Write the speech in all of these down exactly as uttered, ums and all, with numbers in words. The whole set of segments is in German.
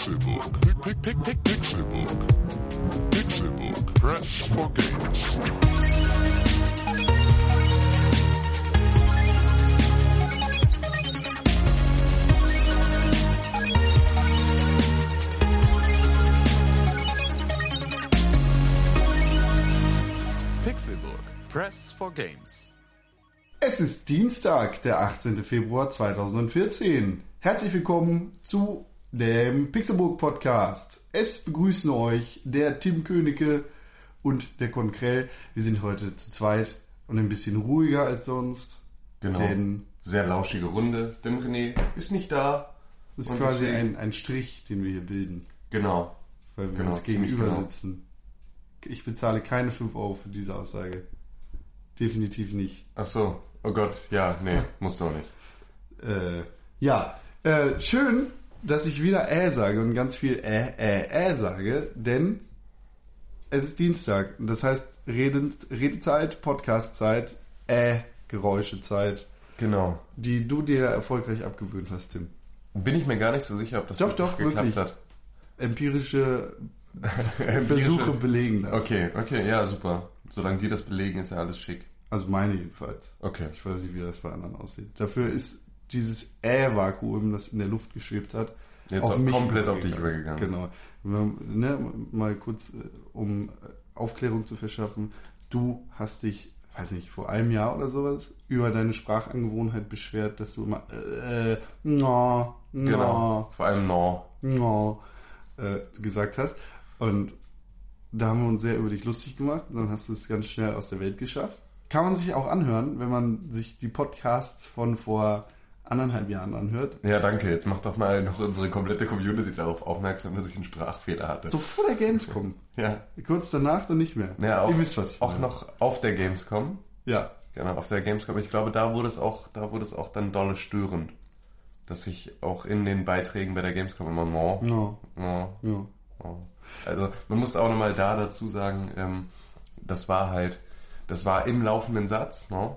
Pixelbook. Pick, pick, pick, Pixelbook. Pixelbook. Press for games. Pixelbook. Press for games. Es ist Dienstag, der achtzehnten Februar zweitausendvierzehn. Herzlich willkommen zu dem Pixelbook Podcast. Es begrüßen euch der Tim Königke und der Konkrell. Wir sind heute zu zweit und ein bisschen ruhiger als sonst. Genau. Denn sehr lauschige Runde. Denn René ist nicht da. das ist Und quasi deswegen- ein, ein Strich, den wir hier bilden, Genau. weil wir Genau, uns ziemlich gegenüber genau. sitzen. Ich bezahle keine fünf Euro für diese Aussage. Definitiv nicht. Ach so. Oh Gott. Ja, nee, musst du auch nicht. Äh, ja, äh, schön, dass ich wieder äh sage und ganz viel äh, äh, äh sage, denn es ist Dienstag. Das heißt Reden, Redezeit, Podcastzeit, äh, Geräuschezeit, Genau. die du dir erfolgreich abgewöhnt hast, Tim. Bin ich mir gar nicht so sicher, ob das Doch, wirklich doch, geklappt wirklich. hat. Empirische Versuche belegen das. Okay, okay, ja, super. Solange die das belegen, ist ja alles schick. Also meine jedenfalls. Okay. Ich weiß nicht, wie das bei anderen aussieht. Dafür ist dieses Äh-Vakuum, das in der Luft geschwebt hat, Jetzt auch mich komplett auf dich übergegangen. Genau. Ne, mal kurz, äh, um Aufklärung zu verschaffen. Du hast dich, weiß nicht, vor einem Jahr oder sowas über deine Sprachangewohnheit beschwert, dass du immer äh, no, no, Genau. Vor allem no. no äh, gesagt hast. Und da haben wir uns sehr über dich lustig gemacht. Und dann hast du es ganz schnell aus der Welt geschafft. Kann man sich auch anhören, wenn man sich die Podcasts von vor anderthalb Jahren anhört. Ja, danke. Jetzt mach doch mal noch unsere komplette Community darauf aufmerksam, dass ich einen Sprachfehler hatte. So vor der Gamescom. Ja. Kurz danach dann nicht mehr. Ja, auch, Ihr wisst, was ich auch meine. noch auf der Gamescom. Ja. Genau, auf der Gamescom. Ich glaube, da wurde es auch, da wurde es auch dann dolle störend. Dass ich auch in den Beiträgen bei der Gamescom immer no, No. no, Ja. no. Also man muss auch nochmal da dazu sagen, ähm, das war halt, das war im laufenden Satz, no?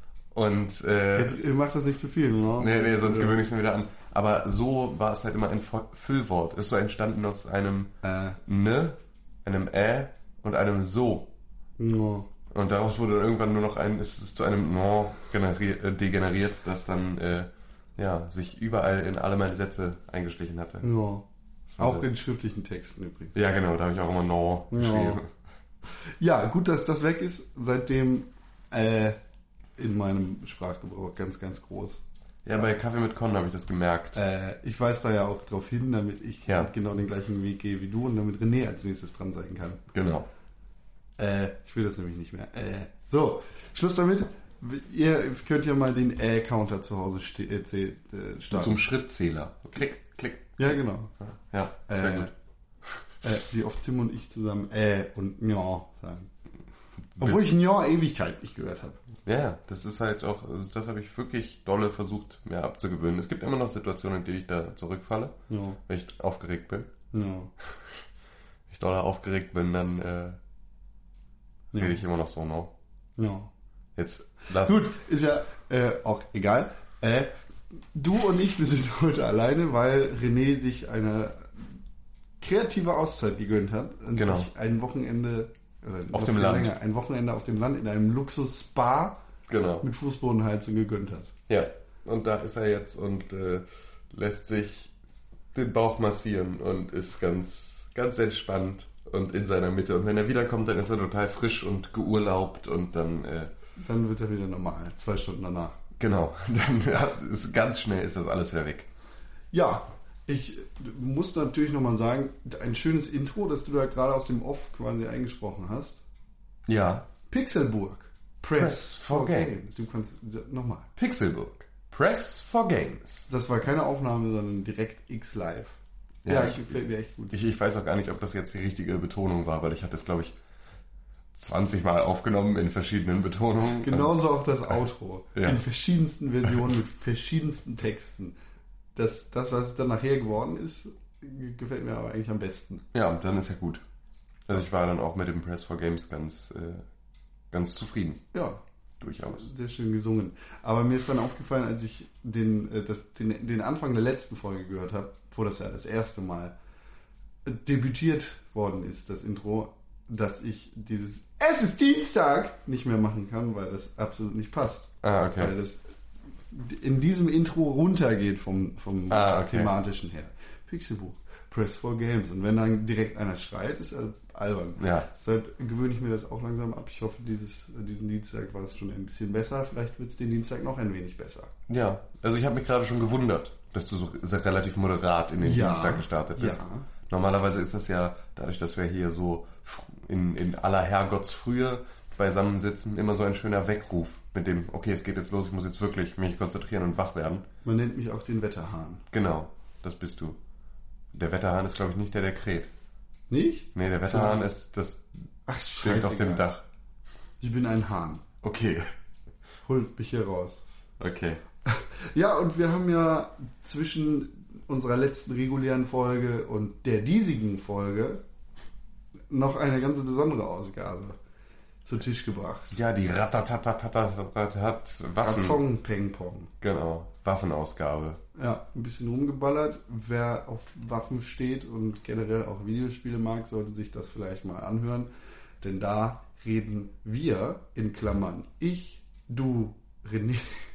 Und äh, Jetzt ihr macht das nicht zu viel, ne? nee, nee, sonst äh, gewöhne ich es mir wieder an. Aber so war es halt immer ein Vo- Füllwort. Ist so entstanden aus einem Äh, ne, einem ä und einem so. no. Und daraus wurde dann irgendwann nur noch ein, ist es zu einem no generiert, äh, degeneriert, das dann äh, ja, sich überall in alle meine Sätze eingeschlichen hatte. No. Auch in schriftlichen Texten übrigens. Ja, genau, da habe ich auch immer no No. geschrieben. Ja, gut, dass das weg ist. Seitdem äh, in meinem Sprachgebrauch ganz, ganz groß. Ja, bei Kaffee mit Con habe ich das gemerkt. Äh, ich weise da ja auch drauf hin, damit ich Ja. genau den gleichen Weg gehe wie du und damit René als nächstes dran sein kann. Genau. Äh, ich will das nämlich nicht mehr. Äh, so, Schluss damit. Ihr könnt ja mal den Äh-Counter zu Hause ste- äh, zäh- äh, starten. Zum Schrittzähler. Klick, klick. Ja, genau. Ja, das wäre Äh, gut. Äh, wie oft Tim und ich zusammen äh und ja sagen. Obwohl ich ja Ewigkeit nicht gehört habe. Ja, das ist halt auch, also das habe ich wirklich dolle versucht, mir abzugewöhnen. Es gibt immer noch Situationen, in denen ich da zurückfalle, Ja. weil ich aufgeregt bin. Ja. Wenn ich dolle aufgeregt bin, dann äh, Ja. rede ich immer noch so, no. Ja. Jetzt lass Gut, uns. ist ja äh, auch egal. Äh, du und ich, wir sind heute alleine, weil René sich eine kreative Auszeit gegönnt hat und Genau. sich ein Wochenende oder Auf noch dem viel Land. länger, ein Wochenende auf dem Land in einem Luxus-Spa Genau. mit Fußbodenheizung gegönnt hat. Ja, und da ist er jetzt und äh, lässt sich den Bauch massieren und ist ganz, ganz entspannt und in seiner Mitte. Und wenn er wiederkommt, dann ist er total frisch und geurlaubt und dann, äh, Dann wird er wieder normal, zwei Stunden danach. genau, dann ja, ist ganz schnell ist das alles wieder weg. Ja, ich muss natürlich nochmal sagen, ein schönes Intro, das du da gerade aus dem Off quasi eingesprochen hast. Ja, Pixelburg. Press, Press for Games. Du kannst nochmal. Pixelbook. Press for Games. Das war keine Aufnahme, sondern direkt X-Live. Ja, Ja, ich, gefällt mir echt gut. Ich, ich weiß auch gar nicht, ob das jetzt die richtige Betonung war, weil ich hatte es, glaube ich, zwanzig Mal aufgenommen in verschiedenen Betonungen. Genauso auch das Outro. Ja. In verschiedensten Versionen mit verschiedensten Texten. Das, das, was es dann nachher geworden ist, gefällt mir aber eigentlich am besten. Ja, und dann ist ja gut. Also ich war dann auch mit dem Press for Games ganz, äh, ganz zufrieden. Ja, Durchaus. sehr schön gesungen. Aber mir ist dann aufgefallen, als ich den, äh, das, den, den Anfang der letzten Folge gehört habe, wo das ja das erste Mal debütiert worden ist, das Intro, dass ich dieses Es ist Dienstag nicht mehr machen kann, weil das absolut nicht passt. Ah, okay. Weil das in diesem Intro runtergeht vom, vom ah, okay. thematischen her. Pixelbuch, Press for Games. Und wenn dann direkt einer schreit, ist er albern. Ja. Deshalb gewöhne ich mir das auch langsam ab. Ich hoffe, dieses, diesen Dienstag war es schon ein bisschen besser. Vielleicht wird es den Dienstag noch ein wenig besser. Ja, also ich habe mich gerade schon gewundert, dass du so relativ moderat in den Ja. Dienstag gestartet bist. Ja. Normalerweise ist das ja, dadurch, dass wir hier so in, in aller Herrgottsfrühe beisammensitzen, immer so ein schöner Weckruf mit dem, okay, es geht jetzt los, ich muss jetzt wirklich mich konzentrieren und wach werden. Man nennt mich auch den Wetterhahn. Genau, das bist du. Der Wetterhahn ist, glaube ich, nicht der, der kräht. Nicht? Nee, der Wetterhahn Klar. ist das Ach, Schild auf dem scheißegal. Dach. Ich bin ein Hahn. Okay, Holt mich hier raus. okay. Ja, und wir haben ja zwischen unserer letzten regulären Folge und der diesigen Folge noch eine ganz besondere Ausgabe zu Tisch gebracht. Ja, die Ratatatatat Waffen. Ratzong Peng Pong. Genau, Waffenausgabe. Ja, ein bisschen rumgeballert. Wer auf Waffen steht und generell auch Videospiele mag, sollte sich das vielleicht mal anhören. Denn da reden wir, in Klammern, ich, du, René,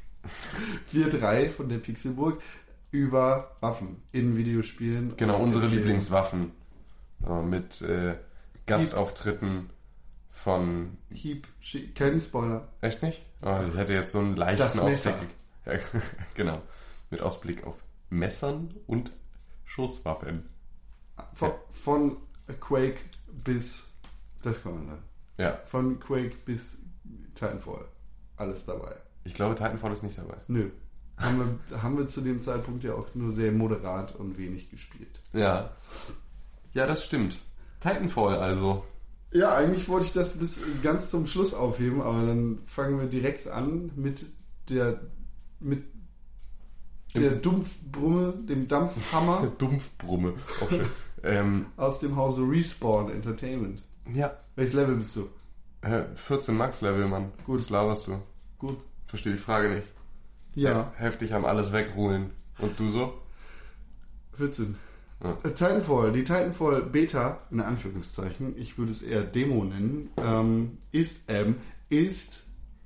wir drei von der Pixelburg, über Waffen in Videospielen. Genau, und unsere erzählen. Lieblingswaffen. Äh, mit äh, Gastauftritten von... Hieb, Schi- kein Spoiler. Echt nicht? Oh, ich hätte jetzt so einen leichten Das Messer. Ausblick. Ja, genau. Mit Ausblick auf Messern und Schusswaffen. Von, Ja. von Quake bis, das kann man sagen, Ja, von Quake bis Titanfall. Alles dabei. ich glaube, Titanfall ist nicht dabei. Nö. Haben wir, haben wir zu dem Zeitpunkt ja auch nur sehr moderat und wenig gespielt. Ja. Ja, das stimmt. Titanfall also. Ja, eigentlich wollte ich das bis ganz zum Schluss aufheben, aber dann fangen wir direkt an mit der mit der Dumpfbrumme, dem Dampfhammer Dumpfbrumme. Auch schön. ähm, aus dem Hause Respawn Entertainment. ja, Welches Level bist du? äh, vierzehn Max-Level, Mann. Gut. Was laberst du? Gut. Verstehe die Frage nicht. Ja, Heftig am alles wegruhen. Und du so? vierzehn. Ja. Äh, Titanfall, die Titanfall Beta, in Anführungszeichen, ich würde es eher Demo nennen, ähm, ist, ähm, ist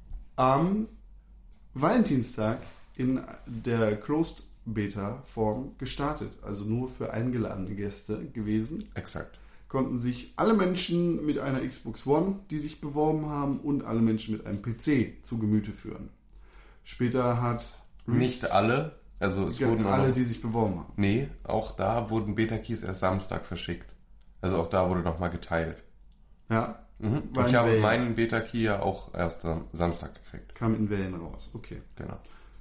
am Valentinstag in der Closed Beta Form gestartet. Also nur für eingeladene Gäste gewesen. Exakt. Konnten sich alle Menschen mit einer Xbox One, die sich beworben haben, und alle Menschen mit einem P C zu Gemüte führen. Später hat Nicht alle. Also es wurden auch alle, noch, die sich beworben haben. Nee, auch da wurden Beta-Keys erst Samstag verschickt. Also auch da wurde nochmal geteilt. Ja, Mhm. War Ich in habe Wellen. meinen Beta-Key ja auch erst am Samstag gekriegt. kam in Wellen raus. Okay. Genau.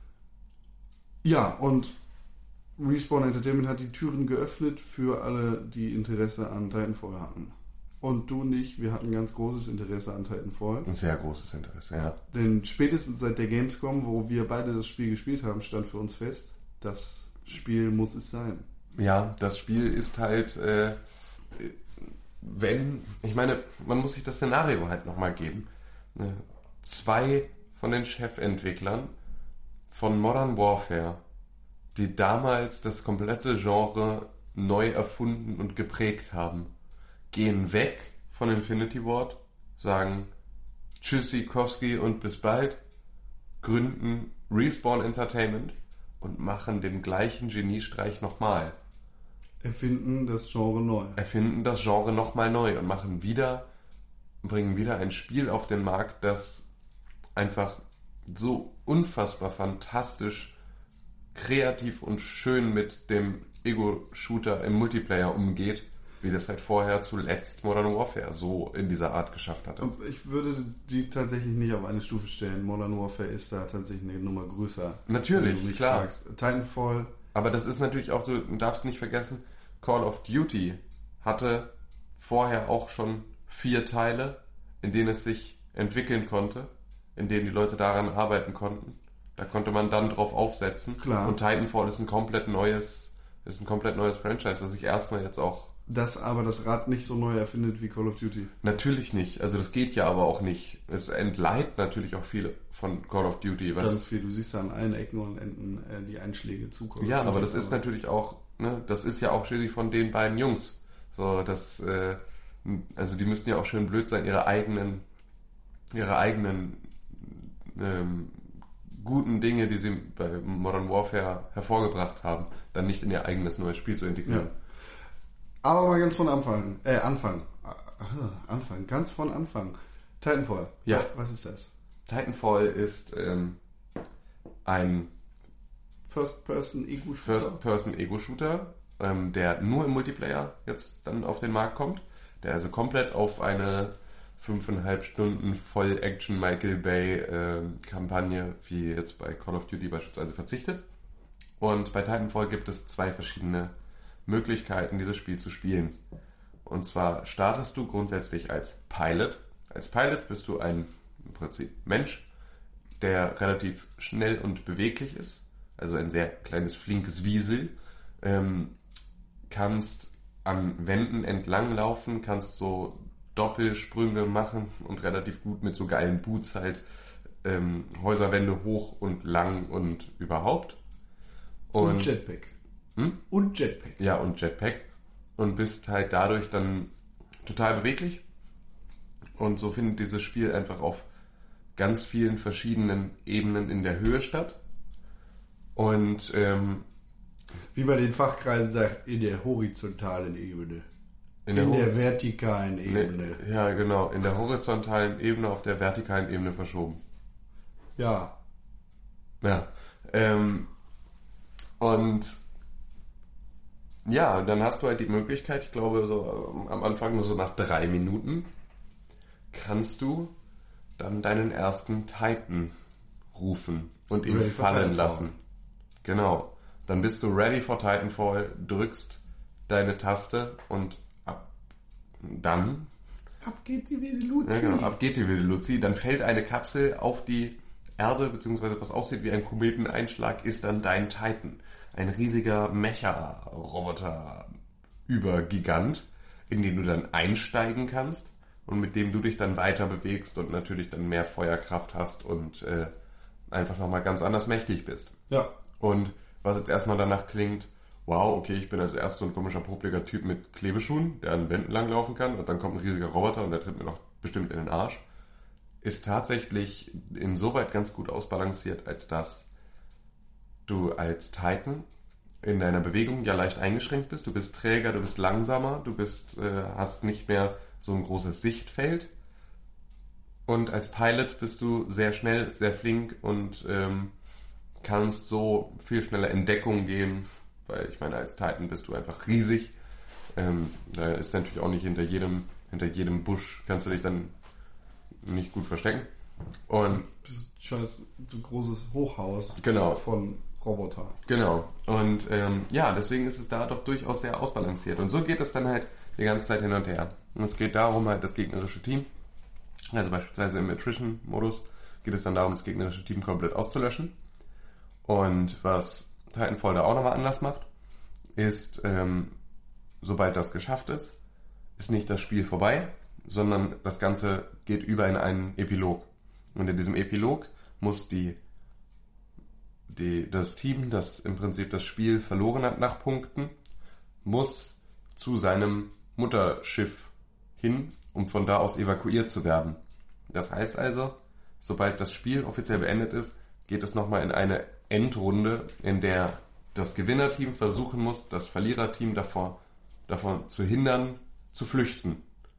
Ja, und Respawn Entertainment hat die Türen geöffnet für alle, die Interesse an Titanfall hatten. Und du und ich, wir hatten ganz großes Interesse an Titanfall. Ein sehr großes Interesse, ja. Denn spätestens seit der Gamescom, wo wir beide das Spiel gespielt haben, stand für uns fest, das Spiel muss es sein. Ja, das Spiel ist halt, äh, wenn, ich meine, man muss sich das Szenario halt nochmal geben. Äh, Zwei von den Chefentwicklern von Modern Warfare, die damals das komplette Genre neu erfunden und geprägt haben, gehen weg von Infinity Ward, sagen Tschüssikowski und bis bald, gründen Respawn Entertainment und machen den gleichen Geniestreich nochmal. Erfinden das Genre neu. Erfinden das Genre nochmal neu und machen wieder, bringen wieder ein Spiel auf den Markt, das einfach so unfassbar fantastisch, kreativ und schön mit dem Ego-Shooter im Multiplayer umgeht, wie das halt vorher zuletzt Modern Warfare so in dieser Art geschafft hatte. Und ich würde die tatsächlich nicht auf eine Stufe stellen. Modern Warfare ist da tatsächlich eine Nummer größer. Natürlich, wenn du mich klar. fragst. Titanfall, Aber das ist natürlich auch, du darfst nicht vergessen, Call of Duty hatte vorher auch schon vier Teile, in denen es sich entwickeln konnte, in denen die Leute daran arbeiten konnten. Da konnte man dann drauf aufsetzen. Klar. Und Titanfall ist ein komplett neues, ist ein komplett neues Franchise, das sich erstmal jetzt auch... das aber das Rad nicht so neu erfindet wie Call of Duty. Natürlich nicht. Also das geht ja aber auch nicht. Es entleiht natürlich auch viele von Call of Duty. Was Ganz viel. Du siehst da an allen Ecken und Enden äh, die Einschläge zu Call of Ja, Duty. aber das ist natürlich auch, ne, das ist ja auch schließlich von den beiden Jungs. So, das, äh, also die müssten ja auch schön blöd sein, ihre eigenen, ihre eigenen ähm, guten Dinge, die sie bei Modern Warfare hervorgebracht haben, dann nicht in ihr eigenes neues Spiel zu integrieren. Ja. Aber mal ganz von Anfang, äh, Anfang, äh, Anfang, ganz von Anfang. Titanfall. Ja. Was ist das? Titanfall ist ähm, ein First-Person-Ego-Shooter. First-Person-Ego-Shooter, ähm, der nur im Multiplayer jetzt dann auf den Markt kommt, der also komplett auf eine fünfeinhalb Stunden Voll-Action Michael Bay äh, Kampagne wie jetzt bei Call of Duty beispielsweise verzichtet. Und bei Titanfall gibt es zwei verschiedene Möglichkeiten, dieses Spiel zu spielen. Und zwar startest du grundsätzlich als Pilot. Als Pilot bist du ein im Prinzip Mensch, der relativ schnell und beweglich ist, also ein sehr kleines, flinkes Wiesel. Ähm, kannst an Wänden entlang laufen, kannst so Doppelsprünge machen und relativ gut mit so geilen Boots halt ähm, Häuserwände hoch und lang und überhaupt. Und, und Jetpack. Hm? Und Jetpack. Ja, und Jetpack. Und bist halt dadurch dann total beweglich. Und so findet dieses Spiel einfach auf ganz vielen verschiedenen Ebenen in der Höhe statt. Und ähm, wie man den Fachkreisen sagt, in der horizontalen Ebene. In der, in der vertikalen Ebene. Ne, ja, genau. In der horizontalen Ebene auf der vertikalen Ebene verschoben. Ja. Ja. Ähm, und ja, dann hast du halt die Möglichkeit, ich glaube, so am Anfang nur so nach drei Minuten kannst du dann deinen ersten Titan rufen und ihn fallen lassen. Genau. Dann bist du ready for Titanfall, drückst deine Taste und ab dann... Ab geht die wilde Luzi. Ja, genau, ab geht die wilde Luzi. Dann fällt eine Kapsel auf die Erde, beziehungsweise was aussieht wie ein Kometeneinschlag, ist dann dein Titan. Ein riesiger Mecha-Roboter-Übergigant, in den du dann einsteigen kannst und mit dem du dich dann weiter bewegst und natürlich dann mehr Feuerkraft hast und äh, einfach nochmal ganz anders mächtig bist. Ja. Und was jetzt erstmal danach klingt, wow, okay, ich bin als erst so ein komischer, popliger Typ mit Klebeschuhen, der an Wänden langlaufen kann und dann kommt ein riesiger Roboter und der tritt mir doch bestimmt in den Arsch, ist tatsächlich insoweit ganz gut ausbalanciert, als dass du als Titan in deiner Bewegung ja leicht eingeschränkt bist. Du bist träger, du bist langsamer, du bist, äh, hast nicht mehr so ein großes Sichtfeld. Und als Pilot bist du sehr schnell, sehr flink und ähm, kannst so viel schneller in Deckung gehen, weil ich meine, als Titan bist du einfach riesig. Ähm, da ist natürlich auch nicht hinter jedem, hinter jedem Busch kannst du dich dann nicht gut verstecken. Und das ist scheiß so ein großes Hochhaus genau. von Roboter. Genau. Und ähm, ja, deswegen ist es da doch durchaus sehr ausbalanciert. Und so geht es dann halt die ganze Zeit hin und her. Und es geht darum, halt das gegnerische Team, also beispielsweise im Attrition-Modus, geht es dann darum, das gegnerische Team komplett auszulöschen. Und was Titanfall da auch nochmal anders macht, ist, ähm, sobald das geschafft ist, ist nicht das Spiel vorbei, sondern das Ganze geht über in einen Epilog. Und in diesem Epilog muss die, die, das Team, das im Prinzip das Spiel verloren hat nach Punkten, muss zu seinem Mutterschiff hin, um von da aus evakuiert zu werden. Das heißt also, sobald das Spiel offiziell beendet ist, geht es nochmal in eine Endrunde, in der das Gewinnerteam versuchen muss, das Verliererteam davor, davon zu hindern, zu flüchten.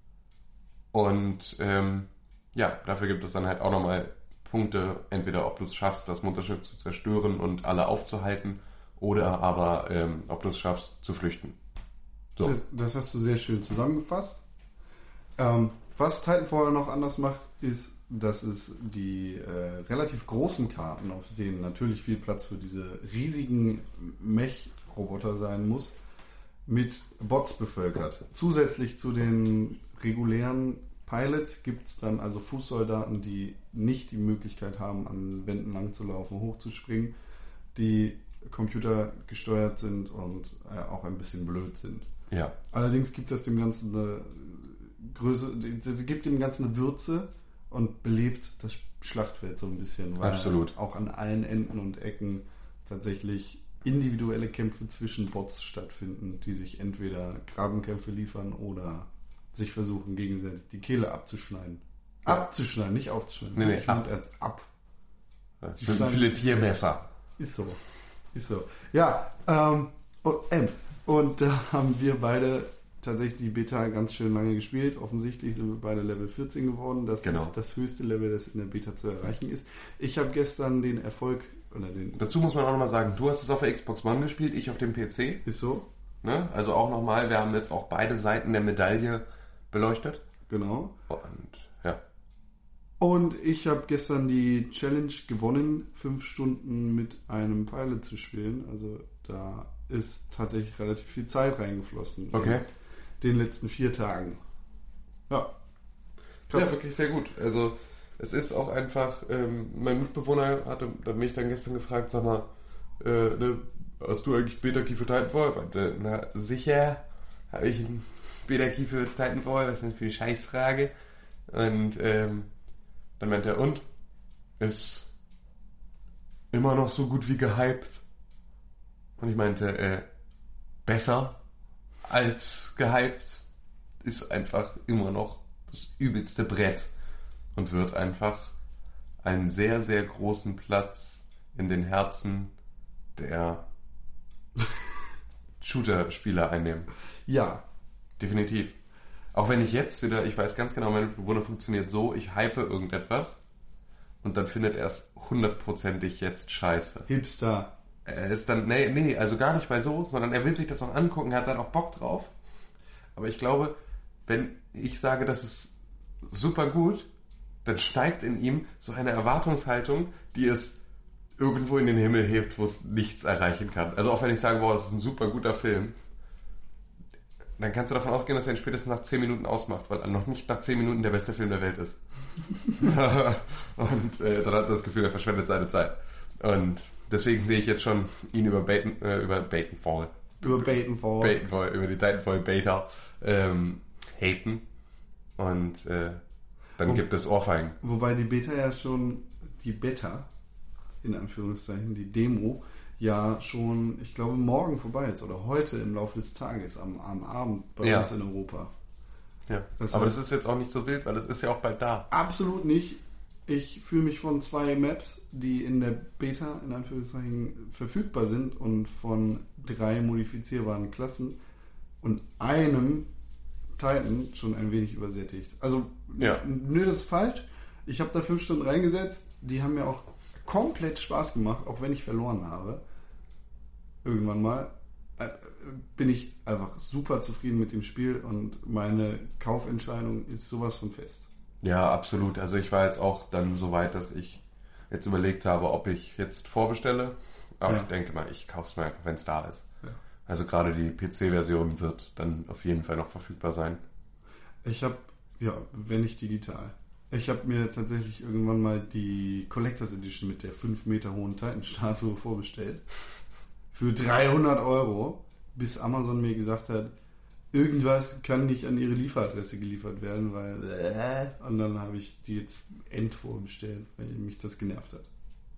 Und ähm, ja, dafür gibt es dann halt auch nochmal Punkte, entweder ob du es schaffst, das Mutterschiff zu zerstören und alle aufzuhalten, oder aber ähm, ob du es schaffst, zu flüchten. So. Das, das hast du sehr schön zusammengefasst. Ähm, was Titanfall noch anders macht, ist, dass es die äh, relativ großen Karten, auf denen natürlich viel Platz für diese riesigen Mech-Roboter sein muss, mit Bots bevölkert. Zusätzlich zu den regulären Pilots gibt es dann also Fußsoldaten, die nicht die Möglichkeit haben, an Wänden lang zu laufen, hochzuspringen, die computergesteuert sind und äh, auch ein bisschen blöd sind. Ja. Allerdings gibt es dem Ganzen eine Größe, sie gibt dem Ganzen eine Würze und belebt das Schlachtfeld so ein bisschen, weil Absolut. auch an allen Enden und Ecken tatsächlich individuelle Kämpfe zwischen Bots stattfinden, die sich entweder Grabenkämpfe liefern oder sich versuchen, gegenseitig die Kehle abzuschneiden. Ja. Abzuschneiden, nicht aufzuschneiden. Nee, nee, ich meine es ab. Das sind viele Tiermesser. Ist so. Ist so. Ja, ähm, und, ähm, und da haben wir beide tatsächlich die Beta ganz schön lange gespielt. Offensichtlich sind wir beide Level vierzehn geworden. Das genau. ist das höchste Level, das in der Beta zu erreichen ist. Ich habe gestern den Erfolg oder den... Dazu muss man auch nochmal sagen, du hast es auf der Xbox One gespielt, ich auf dem P C. Ist so. Ne? Also auch nochmal, wir haben jetzt auch beide Seiten der Medaille beleuchtet. Genau. Und ja. Und ich habe gestern die Challenge gewonnen, fünf Stunden mit einem Pilot zu spielen. Also da ist tatsächlich relativ viel Zeit reingeflossen. Okay. In den letzten vier Tagen. Ja. Krass. Ja, wirklich sehr gut. Also es ist auch einfach, ähm, mein Mitbewohner hatte hat mich dann gestern gefragt, sag mal, äh, ne, hast du eigentlich Beta-Key für Titanfall? Ich meinte, na sicher, habe ich ein Beta-Key für Titanfall, was ist denn für eine Scheißfrage? Und ähm, dann meinte er, und? Ist immer noch so gut wie gehypt? Und ich meinte, äh, besser als gehypt, ist einfach immer noch das übelste Brett und wird einfach einen sehr, sehr großen Platz in den Herzen der Shooter-Spieler einnehmen. Ja. Definitiv. Auch wenn ich jetzt wieder, ich weiß ganz genau, meine Bewohner funktioniert so, ich hype irgendetwas und dann findet er es hundertprozentig jetzt scheiße. Hipster. Er ist dann, nee, nee, also gar nicht bei so, sondern er will sich das auch angucken, er hat dann auch Bock drauf. Aber ich glaube, wenn ich sage, das ist super gut, dann steigt in ihm so eine Erwartungshaltung, die es irgendwo in den Himmel hebt, wo es nichts erreichen kann. Also auch wenn ich sage, boah, das ist ein super guter Film, dann kannst du davon ausgehen, dass er ihn spätestens nach zehn Minuten ausmacht, weil er noch nicht nach zehn Minuten der beste Film der Welt ist. Und äh, dann hat er das Gefühl, er verschwendet seine Zeit. Und deswegen sehe ich jetzt schon ihn über Baten, äh, über Batenfall. Über Batenfall. Batenfall, über die Titanfall Beta ähm, haten. Und äh, dann Wo, gibt es Ohrfeigen. Wobei die Beta ja schon, die Beta, in Anführungszeichen, die Demo, ja schon, ich glaube, morgen vorbei ist oder heute im Laufe des Tages, am, am Abend bei ja. uns in Europa. Ja, das aber heißt, das ist jetzt auch nicht so wild, weil es ist ja auch bald da. Absolut nicht. Ich fühle mich von zwei Maps, die in der Beta in Anführungszeichen verfügbar sind und von drei modifizierbaren Klassen und einem Titan schon ein wenig übersättigt. Also, ja. nö, das ist falsch. Ich habe da fünf Stunden reingesetzt. Die haben mir auch komplett Spaß gemacht, auch wenn ich verloren habe. Irgendwann mal. Äh, bin ich einfach super zufrieden mit dem Spiel und meine Kaufentscheidung ist sowas von fest. Ja, absolut. Also ich war jetzt auch dann so weit, dass ich jetzt überlegt habe, ob ich jetzt vorbestelle. Aber ja. ich denke mal, ich kaufe es mir einfach, wenn es da ist. Ja. Also gerade die P C-Version wird dann auf jeden Fall noch verfügbar sein. Ich habe, ja, wenn nicht digital. Ich habe mir tatsächlich irgendwann mal die Collectors Edition mit der fünf Meter hohen Titan-Statue vorbestellt. Für dreihundert Euro, bis Amazon mir gesagt hat, irgendwas kann nicht an ihre Lieferadresse geliefert werden, weil äh, und dann habe ich die jetzt endvorbestellt, weil mich das genervt hat.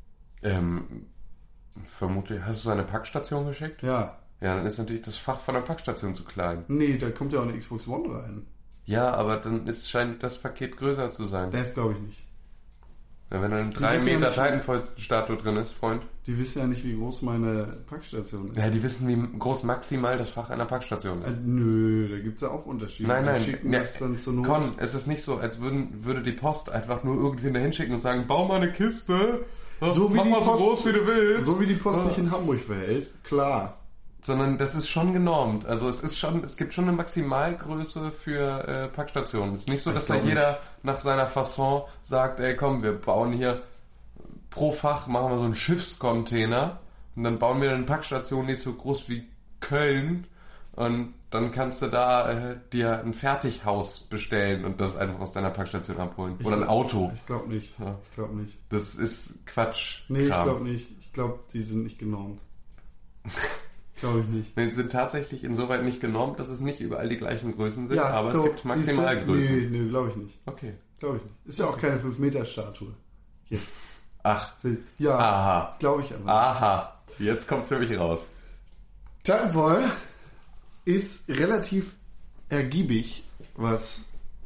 Ähm, vermutlich, hast du so eine Packstation geschickt? Ja. Ja, dann ist natürlich das Fach von der Packstation zu klein. Nee, da kommt ja auch eine Xbox One rein. Ja, aber dann ist, scheint das Paket größer zu sein. Das glaube ich nicht. Ja, wenn da eine drei Meter Titanfall-Statue drin ist, Freund. Die wissen ja nicht, wie groß meine Packstation ist. Ja, die wissen, wie groß maximal das Fach einer Packstation ist. Äh, nö, da gibt es ja auch Unterschiede. Nein, nein. Die schicken ja, das dann zur Not. Con, es ist nicht so, als würden, würde die Post einfach nur irgendwen da hinschicken und sagen, bau mal eine Kiste, so mach mal so Post, groß, wie du willst. So wie die Post sich in Hamburg verhält, klar. Sondern das ist schon genormt. Also es ist schon, es gibt schon eine Maximalgröße für äh, Packstationen. Es ist nicht so, dass da jeder nicht. nach seiner Fasson sagt, ey komm, wir bauen hier pro Fach, machen wir so einen Schiffscontainer und dann bauen wir eine Packstation, die ist so groß wie Köln und dann kannst du da äh, dir ein Fertighaus bestellen und das einfach aus deiner Packstation abholen. Ich Oder ein Auto. Ich glaube nicht. Ja. Ich glaube nicht. Das ist Quatsch. Nee, Kram. Ich glaube nicht. Ich glaube, die sind nicht genormt. Glaube ich nicht. Nee, sie sind tatsächlich insoweit nicht genormt, dass es nicht überall die gleichen Größen sind, ja, aber so, es gibt Maximalgrößen. Nee, nee, glaube ich nicht. Okay. Glaube ich nicht. Ist ja auch keine fünf Meter Statue. Hier. Ach. Ja, aha. Glaube ich einfach. Aha. Jetzt kommt's für mich raus. Titanfall ist relativ ergiebig, was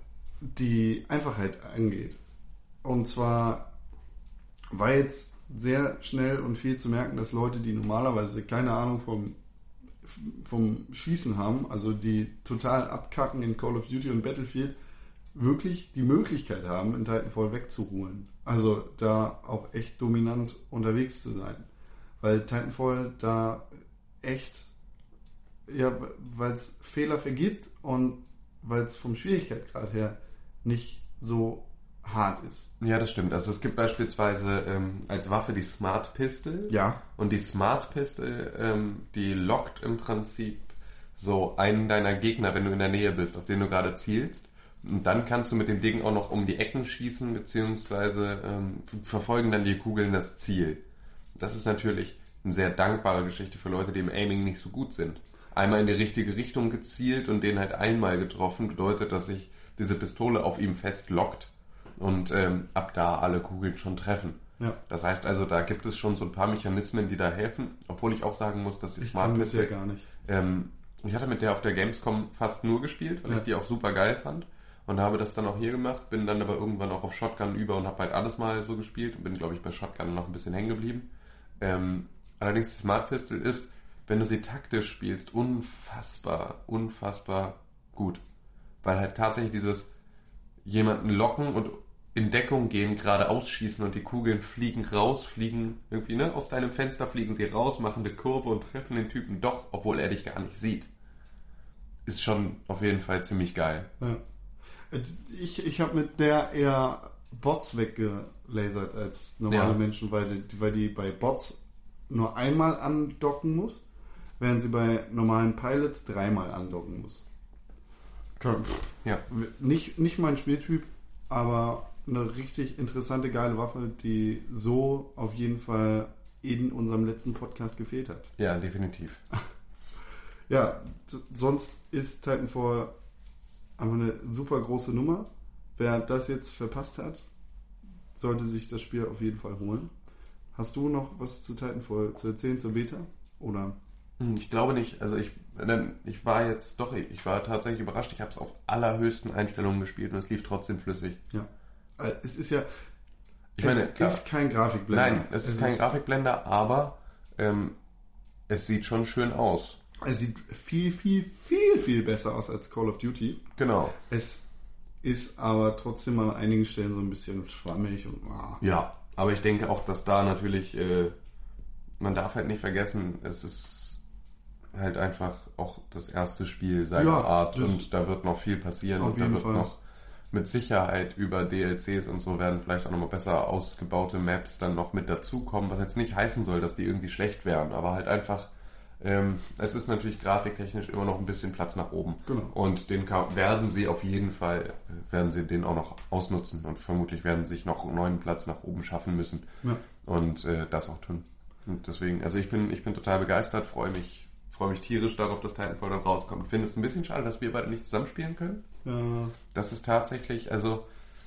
die Einfachheit angeht. Und zwar war jetzt sehr schnell und viel zu merken, dass Leute, die normalerweise keine Ahnung vom, vom Schießen haben, also die total abkacken in Call of Duty und Battlefield, wirklich die Möglichkeit haben, in Titanfall wegzuholen. Also da auch echt dominant unterwegs zu sein. Weil Titanfall da echt, ja, weil es Fehler vergibt und weil es vom Schwierigkeitsgrad her nicht so hart ist. Ja, das stimmt. Also es gibt beispielsweise ähm, als Waffe die Smart Pistol. Ja. Und die Smart Pistol, ähm, die lockt im Prinzip so einen deiner Gegner, wenn du in der Nähe bist, auf den du gerade zielst. Und dann kannst du mit dem Ding auch noch um die Ecken schießen, beziehungsweise ähm, verfolgen dann die Kugeln das Ziel. Das ist natürlich eine sehr dankbare Geschichte für Leute, die im Aiming nicht so gut sind. Einmal in die richtige Richtung gezielt und den halt einmal getroffen, bedeutet, dass sich diese Pistole auf ihm festlockt und ähm, ab da alle Kugeln schon treffen. Ja. Das heißt also, da gibt es schon so ein paar Mechanismen, die da helfen, obwohl ich auch sagen muss, dass die Ich Smart Pistol Pistol... gar nicht. Ähm, ich hatte mit der auf der Gamescom fast nur gespielt, weil ja. ich die auch super geil fand. Und habe das dann auch hier gemacht, bin dann aber irgendwann auch auf Shotgun über und habe halt alles mal so gespielt und bin, glaube ich, bei Shotgun noch ein bisschen hängen geblieben. Ähm, allerdings die Smart Pistol ist, wenn du sie taktisch spielst, unfassbar, unfassbar gut. Weil halt tatsächlich dieses jemanden locken und in Deckung gehen, gerade ausschießen und die Kugeln fliegen raus, fliegen irgendwie, ne, aus deinem Fenster fliegen sie raus, machen eine Kurve und treffen den Typen doch, obwohl er dich gar nicht sieht. Ist schon auf jeden Fall ziemlich geil. Ja. Ich, ich habe mit der eher Bots weggelasert als normale Ja. Menschen, weil die, weil die bei Bots nur einmal andocken muss, während sie bei normalen Pilots dreimal andocken muss. Ja. Nicht, nicht mein Spieltyp, aber eine richtig interessante, geile Waffe, die so auf jeden Fall in unserem letzten Podcast gefehlt hat. Ja, definitiv. Ja, s- sonst ist Titanfall einfach eine super große Nummer. Wer das jetzt verpasst hat, sollte sich das Spiel auf jeden Fall holen. Hast du noch was zu Titanfall zu erzählen, zur Beta? Oder? Ich glaube nicht. Also ich, ich war jetzt doch, ich war tatsächlich überrascht. Ich habe es auf allerhöchsten Einstellungen gespielt und es lief trotzdem flüssig. Ja. Äh, Es ist ja. Ich meine, es klar. ist kein Grafikblender. Nein, es ist kein Grafikblender, aber ähm, es sieht schon schön aus. Es sieht viel, viel, viel, viel besser aus als Call of Duty. Genau. Es ist aber trotzdem an einigen Stellen so ein bisschen schwammig und ah. Ja, aber ich denke auch, dass da natürlich, äh, man darf halt nicht vergessen, es ist halt einfach auch das erste Spiel seiner Ja, Art das- und da wird noch viel passieren Auf und da jeden wird Fall. noch mit Sicherheit über D L Cs und so werden vielleicht auch nochmal besser ausgebaute Maps dann noch mit dazukommen, was jetzt nicht heißen soll, dass die irgendwie schlecht wären, aber halt einfach, ähm, es ist natürlich grafiktechnisch immer noch ein bisschen Platz nach oben. Genau. Und den kann, werden sie auf jeden Fall, werden sie den auch noch ausnutzen und vermutlich werden sie sich noch einen neuen Platz nach oben schaffen müssen Ja. und äh, das auch tun. Und deswegen, also ich bin, ich bin total begeistert, freue mich, freue mich tierisch darauf, dass Titanfall dann rauskommt. Finde es ein bisschen schade, dass wir beide nicht zusammenspielen können. Ja. Das ist tatsächlich, also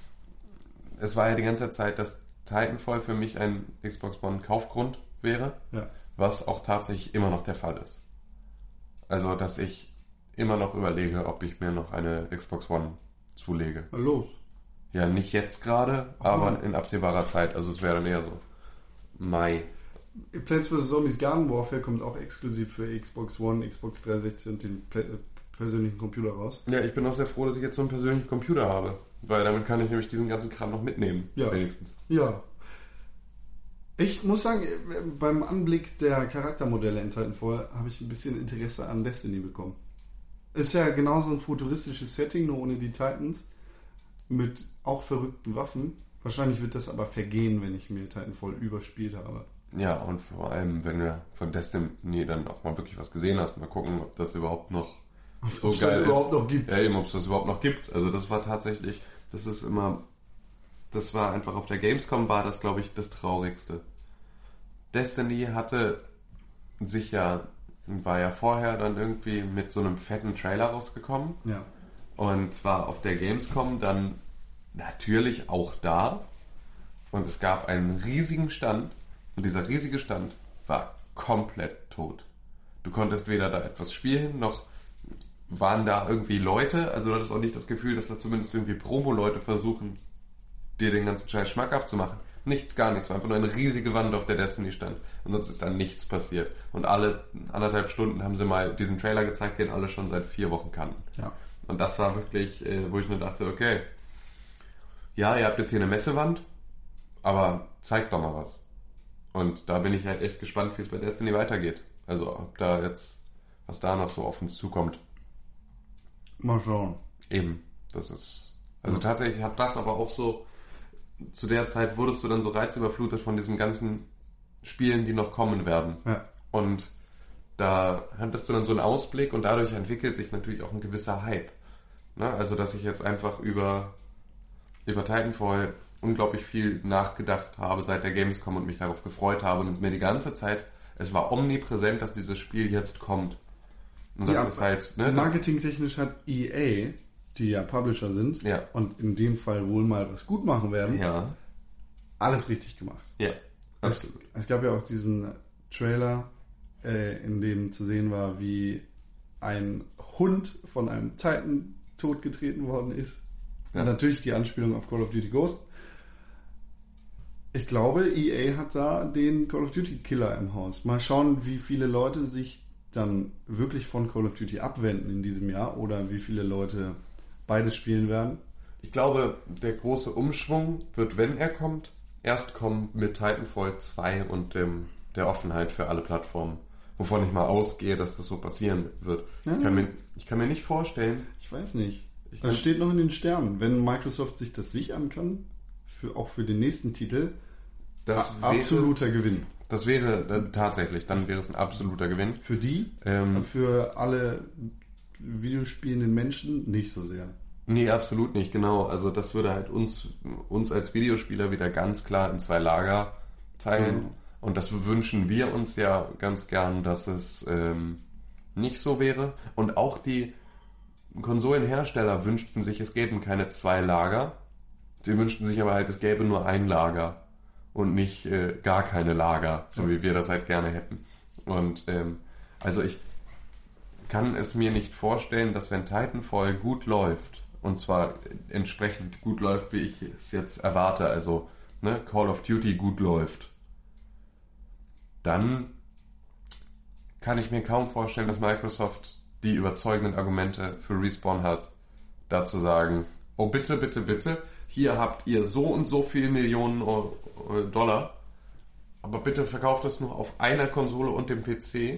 es war ja die ganze Zeit, dass Titanfall für mich ein Xbox One Kaufgrund wäre, Ja. was auch tatsächlich immer noch der Fall ist. Also, dass ich immer noch überlege, ob ich mir noch eine Xbox One zulege. Na los. Ja, nicht jetzt gerade, aber in absehbarer Zeit. Also es wäre dann eher so Mai. Plants versus. Zombies Garden Warfare kommt auch exklusiv für Xbox One, Xbox dreihundertsechzig und den Pla- äh, persönlichen Computer raus. Ja, ich bin auch sehr froh, dass ich jetzt so einen persönlichen Computer habe, weil damit kann ich nämlich diesen ganzen Kram noch mitnehmen, Ja. wenigstens. Ja. Ich muss sagen, äh, beim Anblick der Charaktermodelle in Titanfall habe ich ein bisschen Interesse an Destiny bekommen. Ist ja genauso ein futuristisches Setting, nur ohne die Titans, mit auch verrückten Waffen. Wahrscheinlich wird das aber vergehen, wenn ich mir Titanfall überspielt habe. Ja, und vor allem, wenn du von Destiny dann auch mal wirklich was gesehen hast, mal gucken, ob das überhaupt noch so Ob's geil das ist. überhaupt noch gibt. Ja, eben, ob es das überhaupt noch gibt. Also das war tatsächlich, das ist immer, das war einfach auf der Gamescom war das, glaube ich, das Traurigste. Destiny hatte sich ja, war ja vorher dann irgendwie mit so einem fetten Trailer rausgekommen Ja. und war auf der Gamescom dann natürlich auch da und es gab einen riesigen Stand und dieser riesige Stand war komplett tot. Du konntest weder da etwas spielen, noch waren da irgendwie Leute, also du hattest auch nicht das Gefühl, dass da zumindest irgendwie Promo-Leute versuchen, dir den ganzen Scheiß schmackhaft zu machen. Nichts, gar nichts. War einfach nur eine riesige Wand, auf der Destiny stand. Und sonst ist da nichts passiert. Und alle anderthalb Stunden haben sie mal diesen Trailer gezeigt, den alle schon seit vier Wochen kannten. Ja. Und das war wirklich, äh, wo ich mir dachte, okay, ja, ihr habt jetzt hier eine Messewand, aber zeigt doch mal was. Und da bin ich halt echt gespannt, wie es bei Destiny weitergeht. Also ob da jetzt, was da noch so auf uns zukommt. Mal schauen. Eben, das ist, also tatsächlich hat das aber auch so, zu der Zeit wurdest du dann so reizüberflutet von diesen ganzen Spielen, die noch kommen werden. Ja. Und da hattest du dann so einen Ausblick und dadurch entwickelt sich natürlich auch ein gewisser Hype. Ne? Also, dass ich jetzt einfach über, über Titanfall unglaublich viel nachgedacht habe seit der Gamescom und mich darauf gefreut habe und es mir die ganze Zeit, es war omnipräsent, dass dieses Spiel jetzt kommt. Und das ja, ist halt, ne, marketingtechnisch hat E A, die ja Publisher sind ja. und in dem Fall wohl mal was gut machen werden, ja. alles richtig gemacht. Ja, es, es gab ja auch diesen Trailer, äh, in dem zu sehen war, wie ein Hund von einem Titan totgetreten worden ist. Ja. Und natürlich die Anspielung auf Call of Duty Ghost. Ich glaube, E A hat da den Call of Duty Killer im Haus. Mal schauen, wie viele Leute sich dann wirklich von Call of Duty abwenden in diesem Jahr oder wie viele Leute beides spielen werden. Ich glaube, der große Umschwung wird, wenn er kommt, erst kommen mit Titanfall zwei und dem, der Offenheit für alle Plattformen. Wovon ich mal ausgehe, dass das so passieren wird. Ja, ich, kann mir, ich kann mir nicht vorstellen... Ich weiß nicht. Ich das kann, steht noch in den Sternen. Wenn Microsoft sich das sichern kann, für, auch für den nächsten Titel, das a- wäre, absoluter Gewinn. Das wäre äh, tatsächlich, dann wäre es ein absoluter Gewinn. Für die, Ähm, für alle videospielenden Menschen nicht so sehr. Nee, absolut nicht, genau. Also das würde halt uns, uns als Videospieler wieder ganz klar in zwei Lager teilen. Mhm. Und das wünschen wir uns ja ganz gern, dass es ähm, nicht so wäre. Und auch die Konsolenhersteller wünschten sich, es gäbe keine zwei Lager. Sie wünschten sich aber halt, es gäbe nur ein Lager und nicht äh, gar keine Lager, so wie wir das halt gerne hätten. Und ähm, also ich kann es mir nicht vorstellen, dass wenn Titanfall gut läuft, und zwar entsprechend gut läuft, wie ich es jetzt erwarte, also ne, Call of Duty gut läuft, dann kann ich mir kaum vorstellen, dass Microsoft die überzeugenden Argumente für Respawn hat, dazu sagen, oh bitte, bitte, bitte, hier habt ihr so und so viel Millionen Dollar, aber bitte verkauft es nur auf einer Konsole und dem P C